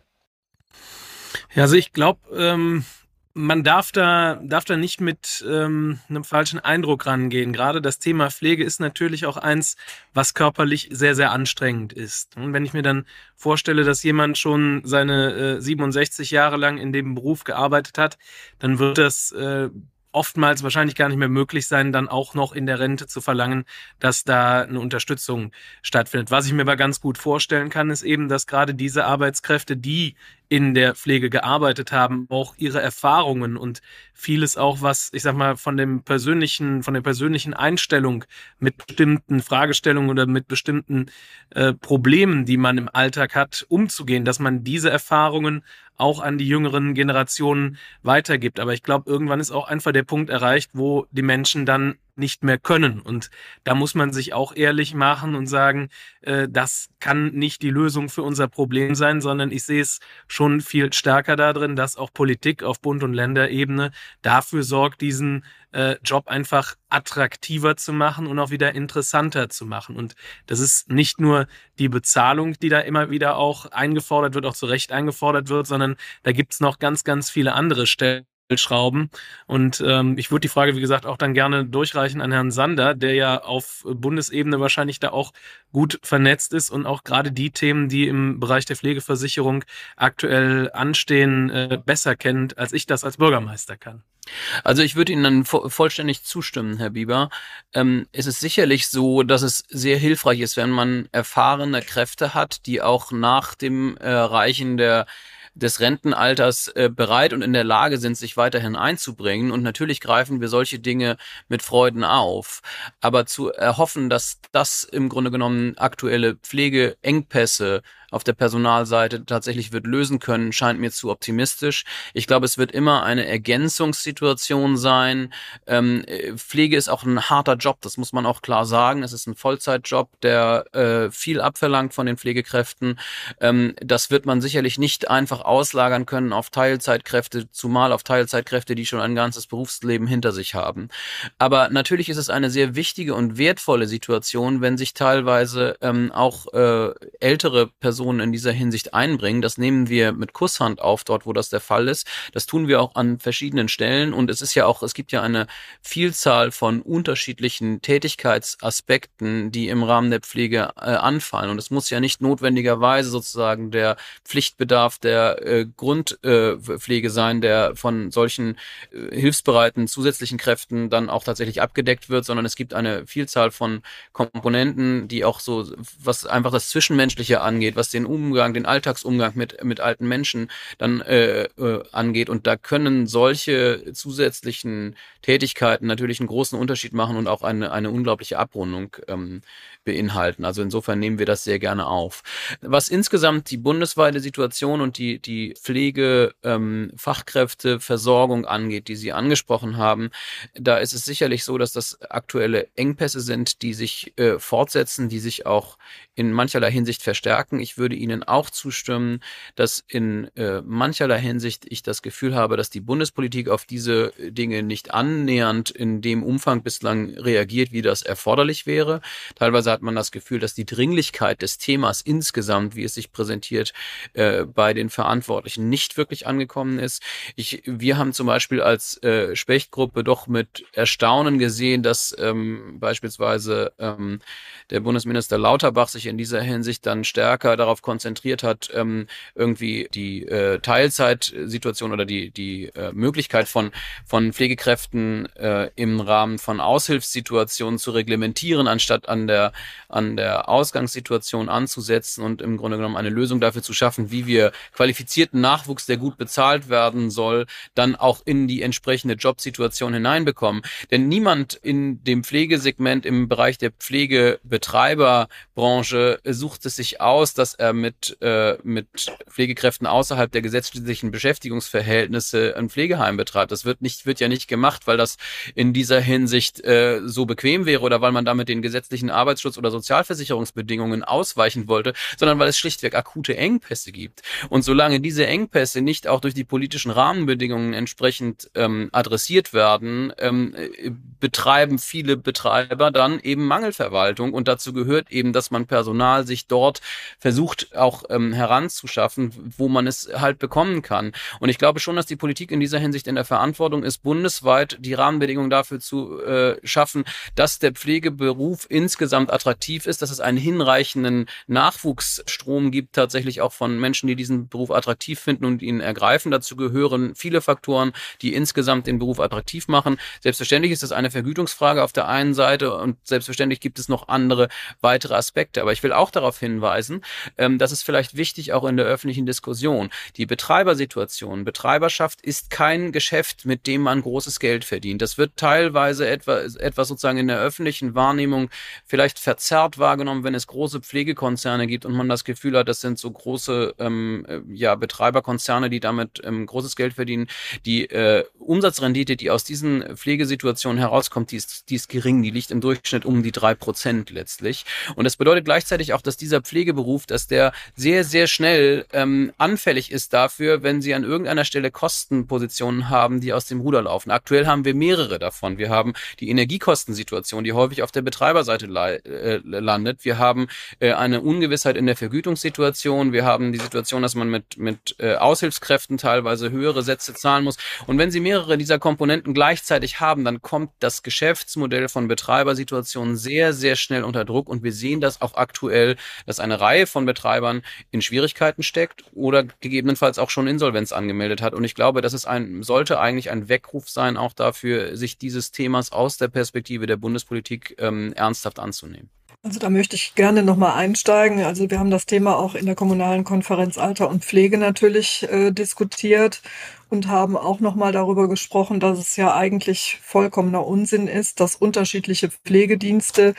Ja, also ich glaube, man darf da nicht mit einem falschen Eindruck rangehen. Gerade das Thema Pflege ist natürlich auch eins, was körperlich sehr, sehr anstrengend ist. Und wenn ich mir dann vorstelle, dass jemand schon seine 67 Jahre lang in dem Beruf gearbeitet hat, dann wird das oftmals wahrscheinlich gar nicht mehr möglich sein, dann auch noch in der Rente zu verlangen, dass da eine Unterstützung stattfindet. Was ich mir aber ganz gut vorstellen kann, ist eben, dass gerade diese Arbeitskräfte, die in der Pflege gearbeitet haben, auch ihre Erfahrungen und vieles auch, was, ich sag mal, von der persönlichen Einstellung mit bestimmten Fragestellungen oder mit bestimmten Problemen, die man im Alltag hat, umzugehen, dass man diese Erfahrungen auch an die jüngeren Generationen weitergibt. Aber ich glaube, irgendwann ist auch einfach der Punkt erreicht, wo die Menschen dann nicht mehr können. Und da muss man sich auch ehrlich machen und sagen, das kann nicht die Lösung für unser Problem sein, sondern ich sehe es schon viel stärker darin, dass auch Politik auf Bund- und Länderebene dafür sorgt, diesen Job einfach attraktiver zu machen und auch wieder interessanter zu machen. Und das ist nicht nur die Bezahlung, die da immer wieder auch eingefordert wird, auch zu Recht eingefordert wird, sondern da gibt's noch ganz, ganz viele andere Stellschrauben. Und ich würde die Frage, wie gesagt, auch dann gerne durchreichen an Herrn Sander, der ja auf Bundesebene wahrscheinlich da auch gut vernetzt ist und auch gerade die Themen, die im Bereich der Pflegeversicherung aktuell anstehen, besser kennt, als ich das als Bürgermeister kann. Also ich würde Ihnen dann vollständig zustimmen, Herr Bieber. Es ist sicherlich so, dass es sehr hilfreich ist, wenn man erfahrene Kräfte hat, die auch nach dem Erreichen des Rentenalters bereit und in der Lage sind, sich weiterhin einzubringen. Und natürlich greifen wir solche Dinge mit Freuden auf. Aber zu erhoffen, dass das im Grunde genommen aktuelle Pflegeengpässe auf der Personalseite tatsächlich wird lösen können, scheint mir zu optimistisch. Ich glaube, es wird immer eine Ergänzungssituation sein. Pflege ist auch ein harter Job, das muss man auch klar sagen. Es ist ein Vollzeitjob, der viel abverlangt von den Pflegekräften. Das wird man sicherlich nicht einfach auslagern können auf Teilzeitkräfte, zumal auf Teilzeitkräfte, die schon ein ganzes Berufsleben hinter sich haben. Aber natürlich ist es eine sehr wichtige und wertvolle Situation, wenn sich teilweise auch ältere Personen in dieser Hinsicht einbringen. Das nehmen wir mit Kusshand auf, dort, wo das der Fall ist. Das tun wir auch an verschiedenen Stellen. Und es gibt ja eine Vielzahl von unterschiedlichen Tätigkeitsaspekten, die im Rahmen der Pflege anfallen. Und es muss ja nicht notwendigerweise sozusagen der Pflichtbedarf der Grundpflege sein, der von solchen hilfsbereiten zusätzlichen Kräften dann auch tatsächlich abgedeckt wird, sondern es gibt eine Vielzahl von Komponenten, die auch so, was einfach das Zwischenmenschliche angeht, was den Alltagsumgang mit alten Menschen dann angeht. Und da können solche zusätzlichen Tätigkeiten natürlich einen großen Unterschied machen und auch eine unglaubliche Abrundung beinhalten. Also insofern nehmen wir das sehr gerne auf. Was insgesamt die bundesweite Situation und die Pflegefachkräfteversorgung angeht, die Sie angesprochen haben, da ist es sicherlich so, dass das aktuelle Engpässe sind, die sich fortsetzen, die sich auch in mancherlei Hinsicht verstärken. Ich würde Ihnen auch zustimmen, dass in mancherlei Hinsicht ich das Gefühl habe, dass die Bundespolitik auf diese Dinge nicht annähernd in dem Umfang bislang reagiert, wie das erforderlich wäre. Teilweise hat man das Gefühl, dass die Dringlichkeit des Themas insgesamt, wie es sich präsentiert, bei den Verantwortlichen nicht wirklich angekommen ist. Wir haben zum Beispiel als Spechtgruppe doch mit Erstaunen gesehen, dass beispielsweise der Bundesminister Lauterbach sich in dieser Hinsicht dann stärker darauf konzentriert hat, irgendwie die Teilzeitsituation oder die Möglichkeit von Pflegekräften im Rahmen von Aushilfssituationen zu reglementieren, anstatt an der Ausgangssituation anzusetzen und im Grunde genommen eine Lösung dafür zu schaffen, wie wir qualifizierten Nachwuchs, der gut bezahlt werden soll, dann auch in die entsprechende Jobsituation hineinbekommen. Denn niemand in dem Pflegesegment im Bereich der Pflegebetreiberbranche sucht es sich aus, dass er mit Pflegekräften außerhalb der gesetzlichen Beschäftigungsverhältnisse ein Pflegeheim betreibt. Das wird ja nicht gemacht, weil das in dieser Hinsicht so bequem wäre oder weil man damit den gesetzlichen Arbeitsschutz- oder Sozialversicherungsbedingungen ausweichen wollte, sondern weil es schlichtweg akute Engpässe gibt. Und solange diese Engpässe nicht auch durch die politischen Rahmenbedingungen entsprechend adressiert werden, betreiben viele Betreiber dann eben Mangelverwaltung. Und dazu gehört eben, dass man Personal sich dort versucht auch heranzuschaffen, wo man es halt bekommen kann. Und ich glaube schon, dass die Politik in dieser Hinsicht in der Verantwortung ist, bundesweit die Rahmenbedingungen dafür zu schaffen, dass der Pflegeberuf insgesamt attraktiv ist, dass es einen hinreichenden Nachwuchsstrom gibt, tatsächlich auch von Menschen, die diesen Beruf attraktiv finden und ihn ergreifen. Dazu gehören viele Faktoren, die insgesamt den Beruf attraktiv machen. Selbstverständlich ist das eine Vergütungsfrage auf der einen Seite und selbstverständlich gibt es noch andere weitere Aspekte. Aber ich will auch darauf hinweisen, das ist vielleicht wichtig auch in der öffentlichen Diskussion. Die Betreibersituation, Betreiberschaft ist kein Geschäft, mit dem man großes Geld verdient. Das wird teilweise etwas sozusagen in der öffentlichen Wahrnehmung vielleicht verzerrt wahrgenommen, wenn es große Pflegekonzerne gibt und man das Gefühl hat, das sind so große Betreiberkonzerne, die damit großes Geld verdienen. Die Umsatzrendite, die aus diesen Pflegesituationen herauskommt, die ist gering, die liegt im Durchschnitt um die 3% letztlich. Und das bedeutet gleichzeitig auch, dass dieser Pflegeberuf, dass der sehr, sehr schnell anfällig ist dafür, wenn sie an irgendeiner Stelle Kostenpositionen haben, die aus dem Ruder laufen. Aktuell haben wir mehrere davon. Wir haben die Energiekostensituation, die häufig auf der Betreiberseite landet. Wir haben eine Ungewissheit in der Vergütungssituation. Wir haben die Situation, dass man mit Aushilfskräften teilweise höhere Sätze zahlen muss. Und wenn Sie mehrere dieser Komponenten gleichzeitig haben, dann kommt das Geschäftsmodell von Betreibersituationen sehr, sehr schnell unter Druck. Und wir sehen das auch aktuell, dass eine Reihe von Betreibern in Schwierigkeiten steckt oder gegebenenfalls auch schon Insolvenz angemeldet hat. Und ich glaube, das sollte eigentlich ein Weckruf sein, auch dafür, sich dieses Themas aus der Perspektive der Bundespolitik ernsthaft anzunehmen. Also da möchte ich gerne nochmal einsteigen. Also wir haben das Thema auch in der Kommunalen Konferenz Alter und Pflege natürlich diskutiert und haben auch nochmal darüber gesprochen, dass es ja eigentlich vollkommener Unsinn ist, dass unterschiedliche Pflegedienste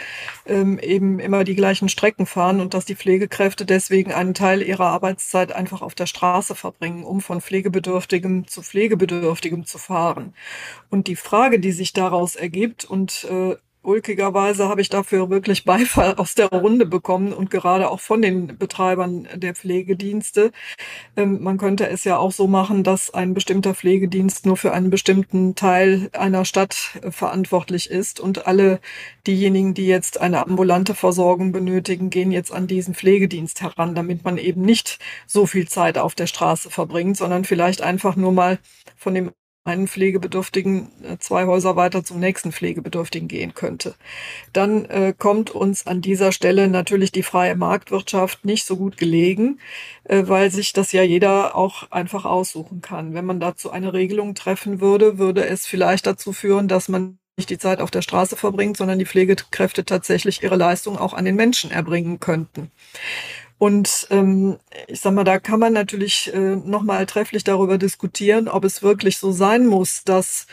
eben immer die gleichen Strecken fahren und dass die Pflegekräfte deswegen einen Teil ihrer Arbeitszeit einfach auf der Straße verbringen, um von Pflegebedürftigem zu Pflegebedürftigem zu fahren. Und die Frage, die sich daraus ergibt und ulkigerweise habe ich dafür wirklich Beifall aus der Runde bekommen und gerade auch von den Betreibern der Pflegedienste. Man könnte es ja auch so machen, dass ein bestimmter Pflegedienst nur für einen bestimmten Teil einer Stadt verantwortlich ist und alle diejenigen, die jetzt eine ambulante Versorgung benötigen, gehen jetzt an diesen Pflegedienst heran, damit man eben nicht so viel Zeit auf der Straße verbringt, sondern vielleicht einfach nur mal von dem einen Pflegebedürftigen 2 Häuser weiter zum nächsten Pflegebedürftigen gehen könnte. Dann kommt uns an dieser Stelle natürlich die freie Marktwirtschaft nicht so gut gelegen, weil sich das ja jeder auch einfach aussuchen kann. Wenn man dazu eine Regelung treffen würde, würde es vielleicht dazu führen, dass man nicht die Zeit auf der Straße verbringt, sondern die Pflegekräfte tatsächlich ihre Leistung auch an den Menschen erbringen könnten. Und ich sag mal, da kann man natürlich nochmal trefflich darüber diskutieren, ob es wirklich so sein muss, dass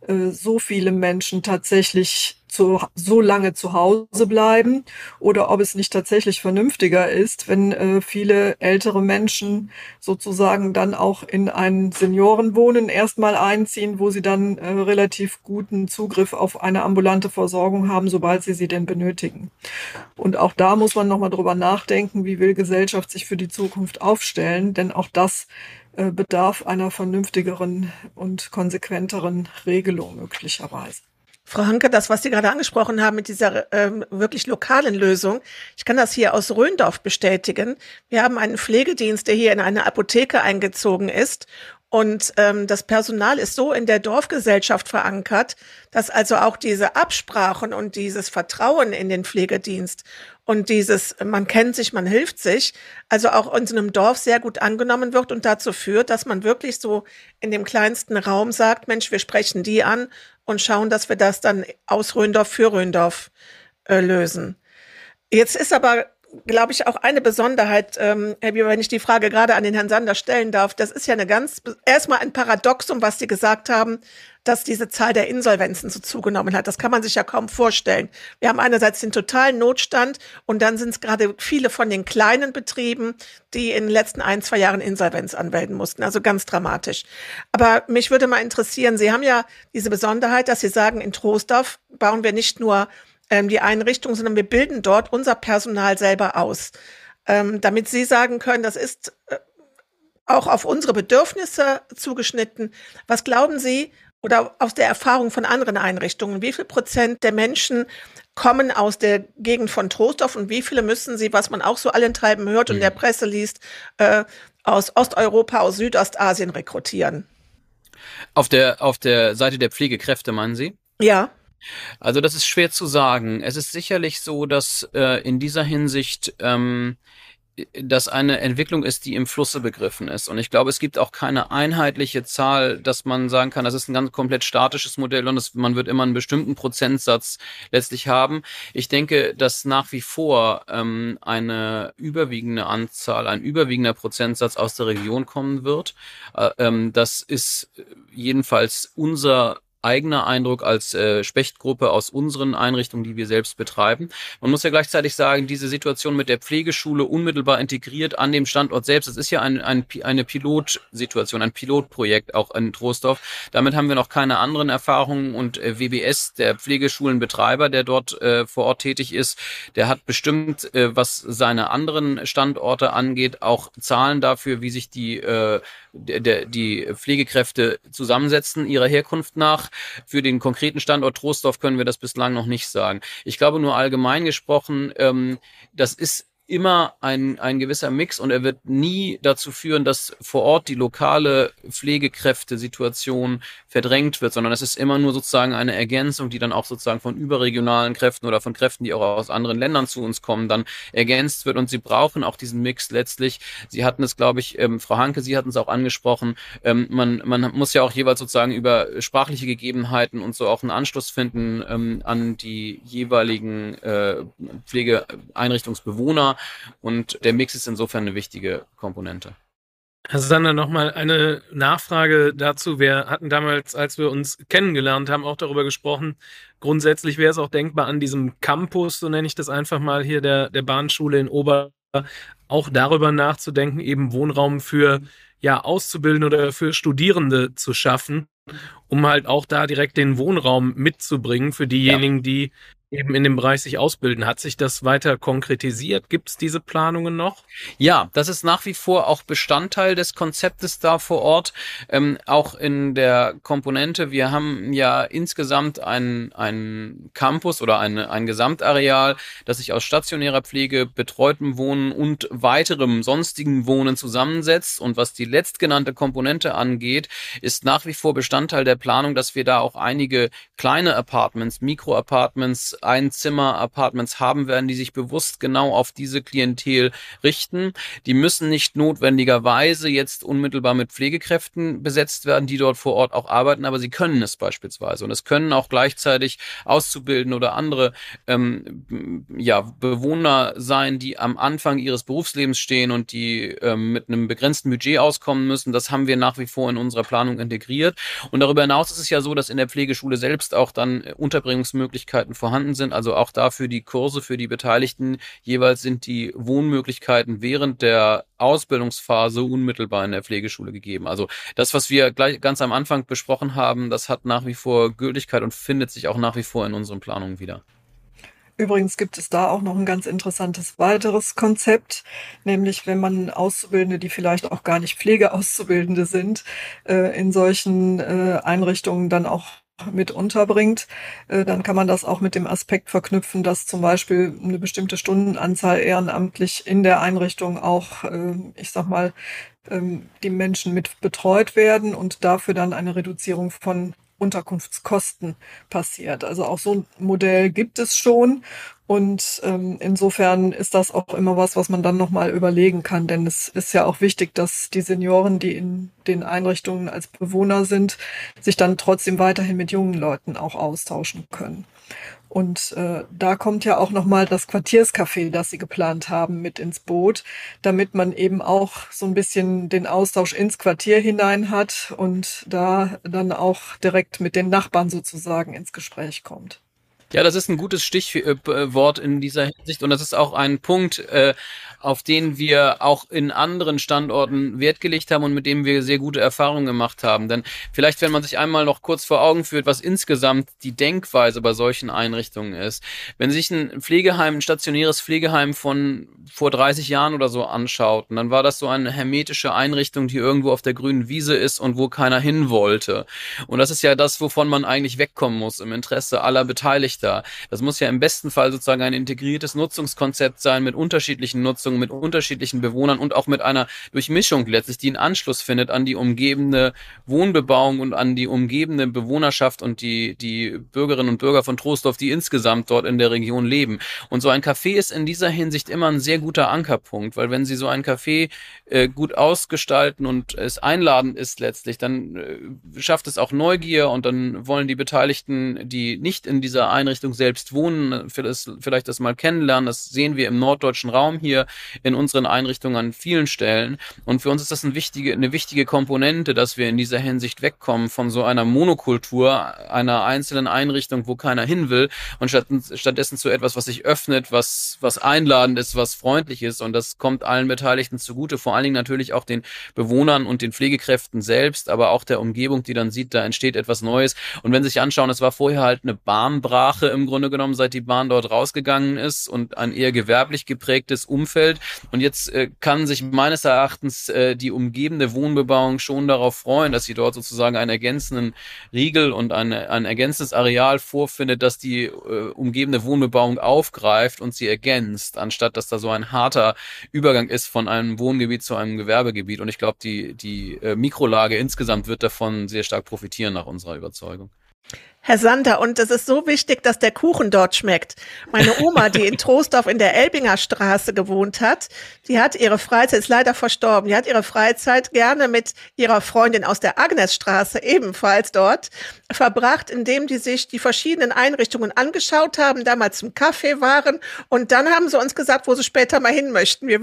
so viele Menschen tatsächlich so lange zu Hause bleiben oder ob es nicht tatsächlich vernünftiger ist, wenn viele ältere Menschen sozusagen dann auch in ein Seniorenwohnen erstmal einziehen, wo sie dann relativ guten Zugriff auf eine ambulante Versorgung haben, sobald sie denn benötigen. Und auch da muss man nochmal drüber nachdenken, wie will Gesellschaft sich für die Zukunft aufstellen, denn auch das bedarf einer vernünftigeren und konsequenteren Regelung möglicherweise. Frau Hanke, das, was Sie gerade angesprochen haben mit dieser wirklich lokalen Lösung, ich kann das hier aus Rhöndorf bestätigen. Wir haben einen Pflegedienst, der hier in eine Apotheke eingezogen ist. Und das Personal ist so in der Dorfgesellschaft verankert, dass also auch diese Absprachen und dieses Vertrauen in den Pflegedienst und dieses man kennt sich, man hilft sich, also auch in so einem Dorf sehr gut angenommen wird und dazu führt, dass man wirklich so in dem kleinsten Raum sagt, Mensch, wir sprechen die an und schauen, dass wir das dann aus Rhöndorf für Rhöndorf lösen. Jetzt ist aber, glaube ich, auch eine Besonderheit, Herr Bieber, wenn ich die Frage gerade an den Herrn Sander stellen darf, das ist ja erstmal ein Paradoxum, was Sie gesagt haben, dass diese Zahl der Insolvenzen so zugenommen hat. Das kann man sich ja kaum vorstellen. Wir haben einerseits den totalen Notstand und dann sind es gerade viele von den kleinen Betrieben, die in den letzten 1-2 Jahren Insolvenz anmelden mussten. Also ganz dramatisch. Aber mich würde mal interessieren, Sie haben ja diese Besonderheit, dass Sie sagen, in Troisdorf bauen wir nicht nur die Einrichtung, sondern wir bilden dort unser Personal selber aus. Damit Sie sagen können, das ist auch auf unsere Bedürfnisse zugeschnitten. Was glauben Sie, oder aus der Erfahrung von anderen Einrichtungen, wie viel Prozent der Menschen kommen aus der Gegend von Troisdorf und wie viele müssen Sie, was man auch so allenthalben hört und in der Presse liest, aus Osteuropa, aus Südostasien rekrutieren? Auf der Seite der Pflegekräfte, meinen Sie? Ja. Also das ist schwer zu sagen. Es ist sicherlich so, dass in dieser Hinsicht das eine Entwicklung ist, die im Flusse begriffen ist. Und ich glaube, es gibt auch keine einheitliche Zahl, dass man sagen kann, das ist ein ganz komplett statisches Modell und man wird immer einen bestimmten Prozentsatz letztlich haben. Ich denke, dass nach wie vor eine überwiegende Anzahl, ein überwiegender Prozentsatz aus der Region kommen wird. Das ist jedenfalls unser eigener Eindruck als Spechtgruppe aus unseren Einrichtungen, die wir selbst betreiben. Man muss ja gleichzeitig sagen, diese Situation mit der Pflegeschule unmittelbar integriert an dem Standort selbst, das ist ja eine Pilotsituation, ein Pilotprojekt auch in Troisdorf. Damit haben wir noch keine anderen Erfahrungen und WBS, der Pflegeschulenbetreiber, der dort vor Ort tätig ist, der hat bestimmt, was seine anderen Standorte angeht, auch Zahlen dafür, wie sich die Pflegekräfte zusammensetzen, ihrer Herkunft nach. Für den konkreten Standort Troisdorf können wir das bislang noch nicht sagen. Ich glaube nur allgemein gesprochen, das ist immer ein gewisser Mix und er wird nie dazu führen, dass vor Ort die lokale Pflegekräftesituation verdrängt wird, sondern es ist immer nur sozusagen eine Ergänzung, die dann auch sozusagen von überregionalen Kräften oder von Kräften, die auch aus anderen Ländern zu uns kommen, dann ergänzt wird und sie brauchen auch diesen Mix letztlich. Sie hatten es, glaube ich, Frau Hanke, Sie hatten es auch angesprochen, man muss ja auch jeweils sozusagen über sprachliche Gegebenheiten und so auch einen Anschluss finden an die jeweiligen Pflegeeinrichtungsbewohner. Und der Mix ist insofern eine wichtige Komponente. Herr Sander, nochmal eine Nachfrage dazu. Wir hatten damals, als wir uns kennengelernt haben, auch darüber gesprochen. Grundsätzlich wäre es auch denkbar, an diesem Campus, so nenne ich das einfach mal hier, der Bahnschule in Ober, auch darüber nachzudenken, eben Wohnraum für Auszubildende oder für Studierende zu schaffen, um halt auch da direkt den Wohnraum mitzubringen für diejenigen, die eben in dem Bereich sich ausbilden. Hat sich das weiter konkretisiert? Gibt es diese Planungen noch? Ja, das ist nach wie vor auch Bestandteil des Konzeptes da vor Ort, auch in der Komponente. Wir haben ja insgesamt ein Campus oder ein Gesamtareal, das sich aus stationärer Pflege, betreutem Wohnen und weiterem sonstigen Wohnen zusammensetzt. Und was die letztgenannte Komponente angeht, ist nach wie vor Bestandteil der Planung, dass wir da auch einige kleine Apartments, Mikroapartments, Einzimmer-Apartments haben werden, die sich bewusst genau auf diese Klientel richten. Die müssen nicht notwendigerweise jetzt unmittelbar mit Pflegekräften besetzt werden, die dort vor Ort auch arbeiten, aber sie können es beispielsweise. Und es können auch gleichzeitig Auszubildende oder andere Bewohner sein, die am Anfang ihres Berufslebens stehen und die mit einem begrenzten Budget auskommen müssen. Das haben wir nach wie vor in unserer Planung integriert. Und darüber hinaus ist es ja so, dass in der Pflegeschule selbst auch dann Unterbringungsmöglichkeiten vorhanden sind. Also auch dafür die Kurse für die Beteiligten. Jeweils sind die Wohnmöglichkeiten während der Ausbildungsphase unmittelbar in der Pflegeschule gegeben. Also das, was wir gleich ganz am Anfang besprochen haben, das hat nach wie vor Gültigkeit und findet sich auch nach wie vor in unseren Planungen wieder. Übrigens gibt es da auch noch ein ganz interessantes weiteres Konzept, nämlich wenn man Auszubildende, die vielleicht auch gar nicht Pflegeauszubildende sind, in solchen Einrichtungen dann auch mit unterbringt, dann kann man das auch mit dem Aspekt verknüpfen, dass zum Beispiel eine bestimmte Stundenanzahl ehrenamtlich in der Einrichtung auch, die Menschen mit betreut werden und dafür dann eine Reduzierung von Unterkunftskosten passiert. Also auch so ein Modell gibt es schon und insofern ist das auch immer was man dann nochmal überlegen kann, denn es ist ja auch wichtig, dass die Senioren, die in den Einrichtungen als Bewohner sind, sich dann trotzdem weiterhin mit jungen Leuten auch austauschen können. Und da kommt ja auch nochmal das Quartierscafé, das Sie geplant haben, mit ins Boot, damit man eben auch so ein bisschen den Austausch ins Quartier hinein hat und da dann auch direkt mit den Nachbarn sozusagen ins Gespräch kommt. Ja, das ist ein gutes Stichwort in dieser Hinsicht und das ist auch ein Punkt, auf den wir auch in anderen Standorten Wert gelegt haben und mit dem wir sehr gute Erfahrungen gemacht haben. Denn vielleicht, wenn man sich einmal noch kurz vor Augen führt, was insgesamt die Denkweise bei solchen Einrichtungen ist. Wenn sich ein Pflegeheim, ein stationäres Pflegeheim von vor 30 Jahren oder so anschaut, dann war das so eine hermetische Einrichtung, die irgendwo auf der grünen Wiese ist und wo keiner hin wollte. Und das ist ja das, wovon man eigentlich wegkommen muss im Interesse aller Beteiligten. Das muss ja im besten Fall sozusagen ein integriertes Nutzungskonzept sein mit unterschiedlichen Nutzungen, mit unterschiedlichen Bewohnern und auch mit einer Durchmischung letztlich, die einen Anschluss findet an die umgebende Wohnbebauung und an die umgebende Bewohnerschaft und die Bürgerinnen und Bürger von Troisdorf, die insgesamt dort in der Region leben. Und so ein Café ist in dieser Hinsicht immer ein sehr sehr guter Ankerpunkt, weil wenn Sie so ein Café gut ausgestalten und es einladend ist letztlich, dann schafft es auch Neugier und dann wollen die Beteiligten, die nicht in dieser Einrichtung selbst wohnen, vielleicht das mal kennenlernen. Das sehen wir im norddeutschen Raum hier in unseren Einrichtungen an vielen Stellen. Und für uns ist das eine wichtige Komponente, dass wir in dieser Hinsicht wegkommen von so einer Monokultur, einer einzelnen Einrichtung, wo keiner hin will, und stattdessen zu etwas, was sich öffnet, was einladend ist, was freundlich ist. Und das kommt allen Beteiligten zugute, vor allen Dingen natürlich auch den Bewohnern und den Pflegekräften selbst, aber auch der Umgebung, die dann sieht, da entsteht etwas Neues. Und wenn Sie sich anschauen, es war vorher halt eine Bahnbrache im Grunde genommen, seit die Bahn dort rausgegangen ist, und ein eher gewerblich geprägtes Umfeld. Und jetzt kann sich meines Erachtens die umgebende Wohnbebauung schon darauf freuen, dass sie dort sozusagen einen ergänzenden Riegel und ein ergänzendes Areal vorfindet, das die umgebende Wohnbebauung aufgreift und sie ergänzt, anstatt dass da so ein harter Übergang ist von einem Wohngebiet zu einem Gewerbegebiet. Und ich glaube, die Mikrolage insgesamt wird davon sehr stark profitieren, nach unserer Überzeugung. Herr Sander, und es ist so wichtig, dass der Kuchen dort schmeckt. Meine Oma, die in Troisdorf in der Elbinger Straße gewohnt hat, die hat ihre Freizeit, ist leider verstorben, die hat ihre Freizeit gerne mit ihrer Freundin aus der Agnesstraße ebenfalls dort verbracht, indem die sich die verschiedenen Einrichtungen angeschaut haben, da mal zum Kaffee waren, und dann haben sie uns gesagt, wo sie später mal hin möchten. Wir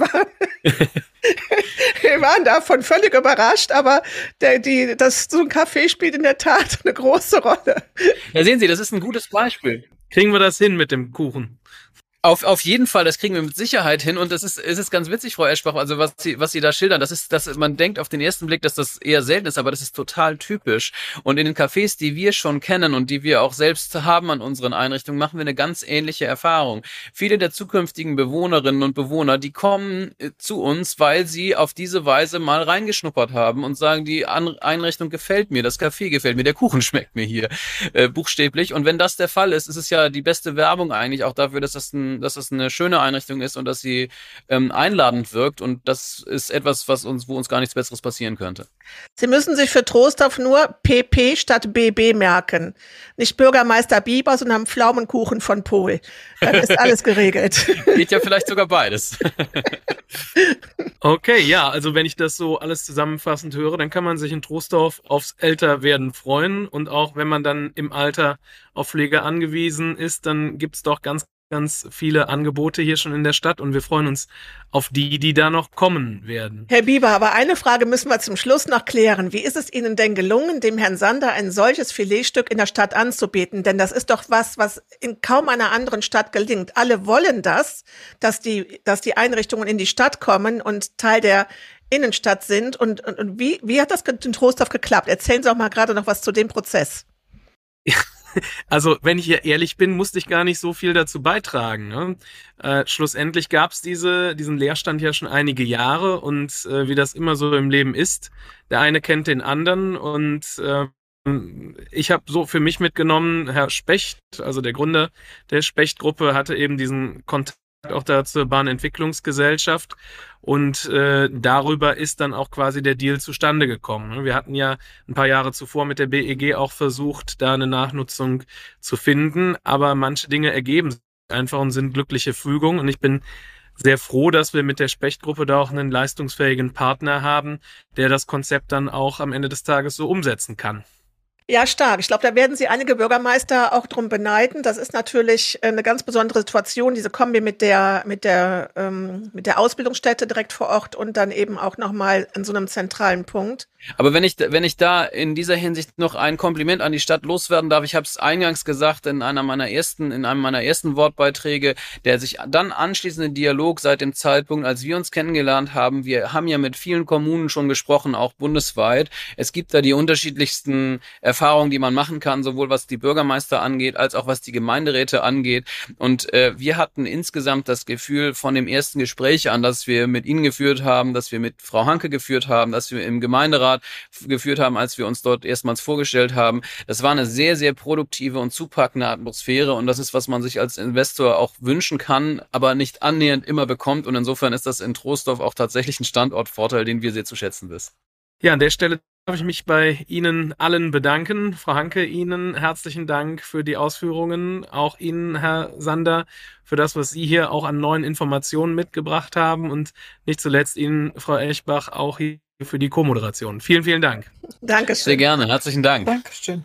waren davon völlig überrascht, aber so ein Café spielt in der Tat eine große Rolle. Ja, sehen Sie, das ist ein gutes Beispiel. Kriegen wir das hin mit dem Kuchen? Auf jeden Fall, das kriegen wir mit Sicherheit hin, und es ist ganz witzig, Frau Eschbach, also was Sie da schildern, man denkt auf den ersten Blick, dass das eher selten ist, aber das ist total typisch. Und in den Cafés, die wir schon kennen und die wir auch selbst haben an unseren Einrichtungen, machen wir eine ganz ähnliche Erfahrung. Viele der zukünftigen Bewohnerinnen und Bewohner, die kommen zu uns, weil sie auf diese Weise mal reingeschnuppert haben und sagen, die Einrichtung gefällt mir, das Café gefällt mir, der Kuchen schmeckt mir hier, buchstäblich. Und wenn das der Fall ist, ist es ja die beste Werbung eigentlich auch dafür, dass das eine schöne Einrichtung ist und dass sie einladend wirkt, und das ist etwas, wo uns gar nichts Besseres passieren könnte. Sie müssen sich für Troisdorf nur PP statt BB merken. Nicht Bürgermeister Bieber, sondern Pflaumenkuchen von Pohl. Dann ist alles geregelt. Geht ja vielleicht sogar beides. Okay, ja, also wenn ich das so alles zusammenfassend höre, dann kann man sich in Troisdorf aufs Älterwerden freuen, und auch wenn man dann im Alter auf Pflege angewiesen ist, dann gibt's doch ganz viele Angebote hier schon in der Stadt, und wir freuen uns auf die da noch kommen werden. Herr Bieber, aber eine Frage müssen wir zum Schluss noch klären. Wie ist es Ihnen denn gelungen, dem Herrn Sander ein solches Filetstück in der Stadt anzubieten? Denn das ist doch was in kaum einer anderen Stadt gelingt. Alle wollen das, dass die Einrichtungen in die Stadt kommen und Teil der Innenstadt sind. Und wie hat das in Troisdorf geklappt? Erzählen Sie auch mal gerade noch was zu dem Prozess. Also, wenn ich hier ehrlich bin, musste ich gar nicht so viel dazu beitragen. Ne? Schlussendlich gab es diesen Leerstand ja schon einige Jahre, und wie das immer so im Leben ist, der eine kennt den anderen, und ich habe so für mich mitgenommen, Herr Specht, also der Gründer der Specht-Gruppe, hatte eben diesen Kontakt auch da zur Bahnentwicklungsgesellschaft, und darüber ist dann auch quasi der Deal zustande gekommen. Wir hatten ja ein paar Jahre zuvor mit der BEG auch versucht, da eine Nachnutzung zu finden, aber manche Dinge ergeben sich einfach und sind glückliche Fügung, und ich bin sehr froh, dass wir mit der Specht-Gruppe da auch einen leistungsfähigen Partner haben, der das Konzept dann auch am Ende des Tages so umsetzen kann. Ja, stark. Ich glaube, da werden Sie einige Bürgermeister auch drum beneiden. Das ist natürlich eine ganz besondere Situation, diese Kombi mit der Ausbildungsstätte direkt vor Ort und dann eben auch nochmal an so einem zentralen Punkt. Aber wenn ich da in dieser Hinsicht noch ein Kompliment an die Stadt loswerden darf, ich habe es eingangs gesagt in einem meiner ersten Wortbeiträge, der sich dann anschließende Dialog seit dem Zeitpunkt, als wir uns kennengelernt haben, wir haben ja mit vielen Kommunen schon gesprochen, auch bundesweit. Es gibt da die unterschiedlichsten Erfahrungen, die man machen kann, sowohl was die Bürgermeister angeht, als auch was die Gemeinderäte angeht. Und wir hatten insgesamt das Gefühl von dem ersten Gespräch an, das wir mit Ihnen geführt haben, das wir mit Frau Hanke geführt haben, das wir im Gemeinderat geführt haben, als wir uns dort erstmals vorgestellt haben. Das war eine sehr, sehr produktive und zupackende Atmosphäre, und das ist, was man sich als Investor auch wünschen kann, aber nicht annähernd immer bekommt, und insofern ist das in Troisdorf auch tatsächlich ein Standortvorteil, den wir sehr zu schätzen wissen. Ja, an der Stelle Darf ich mich bei Ihnen allen bedanken. Frau Hanke, Ihnen herzlichen Dank für die Ausführungen. Auch Ihnen, Herr Sander, für das, was Sie hier auch an neuen Informationen mitgebracht haben. Und nicht zuletzt Ihnen, Frau Elchbach, auch hier für die Co-Moderation. Vielen, vielen Dank. Dankeschön. Sehr gerne. Herzlichen Dank. Dankeschön.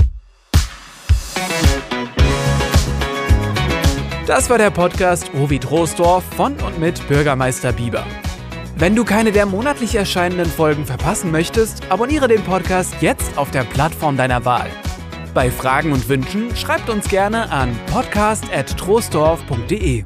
Das war der Podcast O wie Troisdorf von und mit Bürgermeister Bieber. Wenn du keine der monatlich erscheinenden Folgen verpassen möchtest, abonniere den Podcast jetzt auf der Plattform deiner Wahl. Bei Fragen und Wünschen schreibt uns gerne an podcast@troisdorf.de.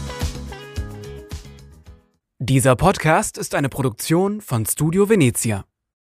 Dieser Podcast ist eine Produktion von Studio Venezia.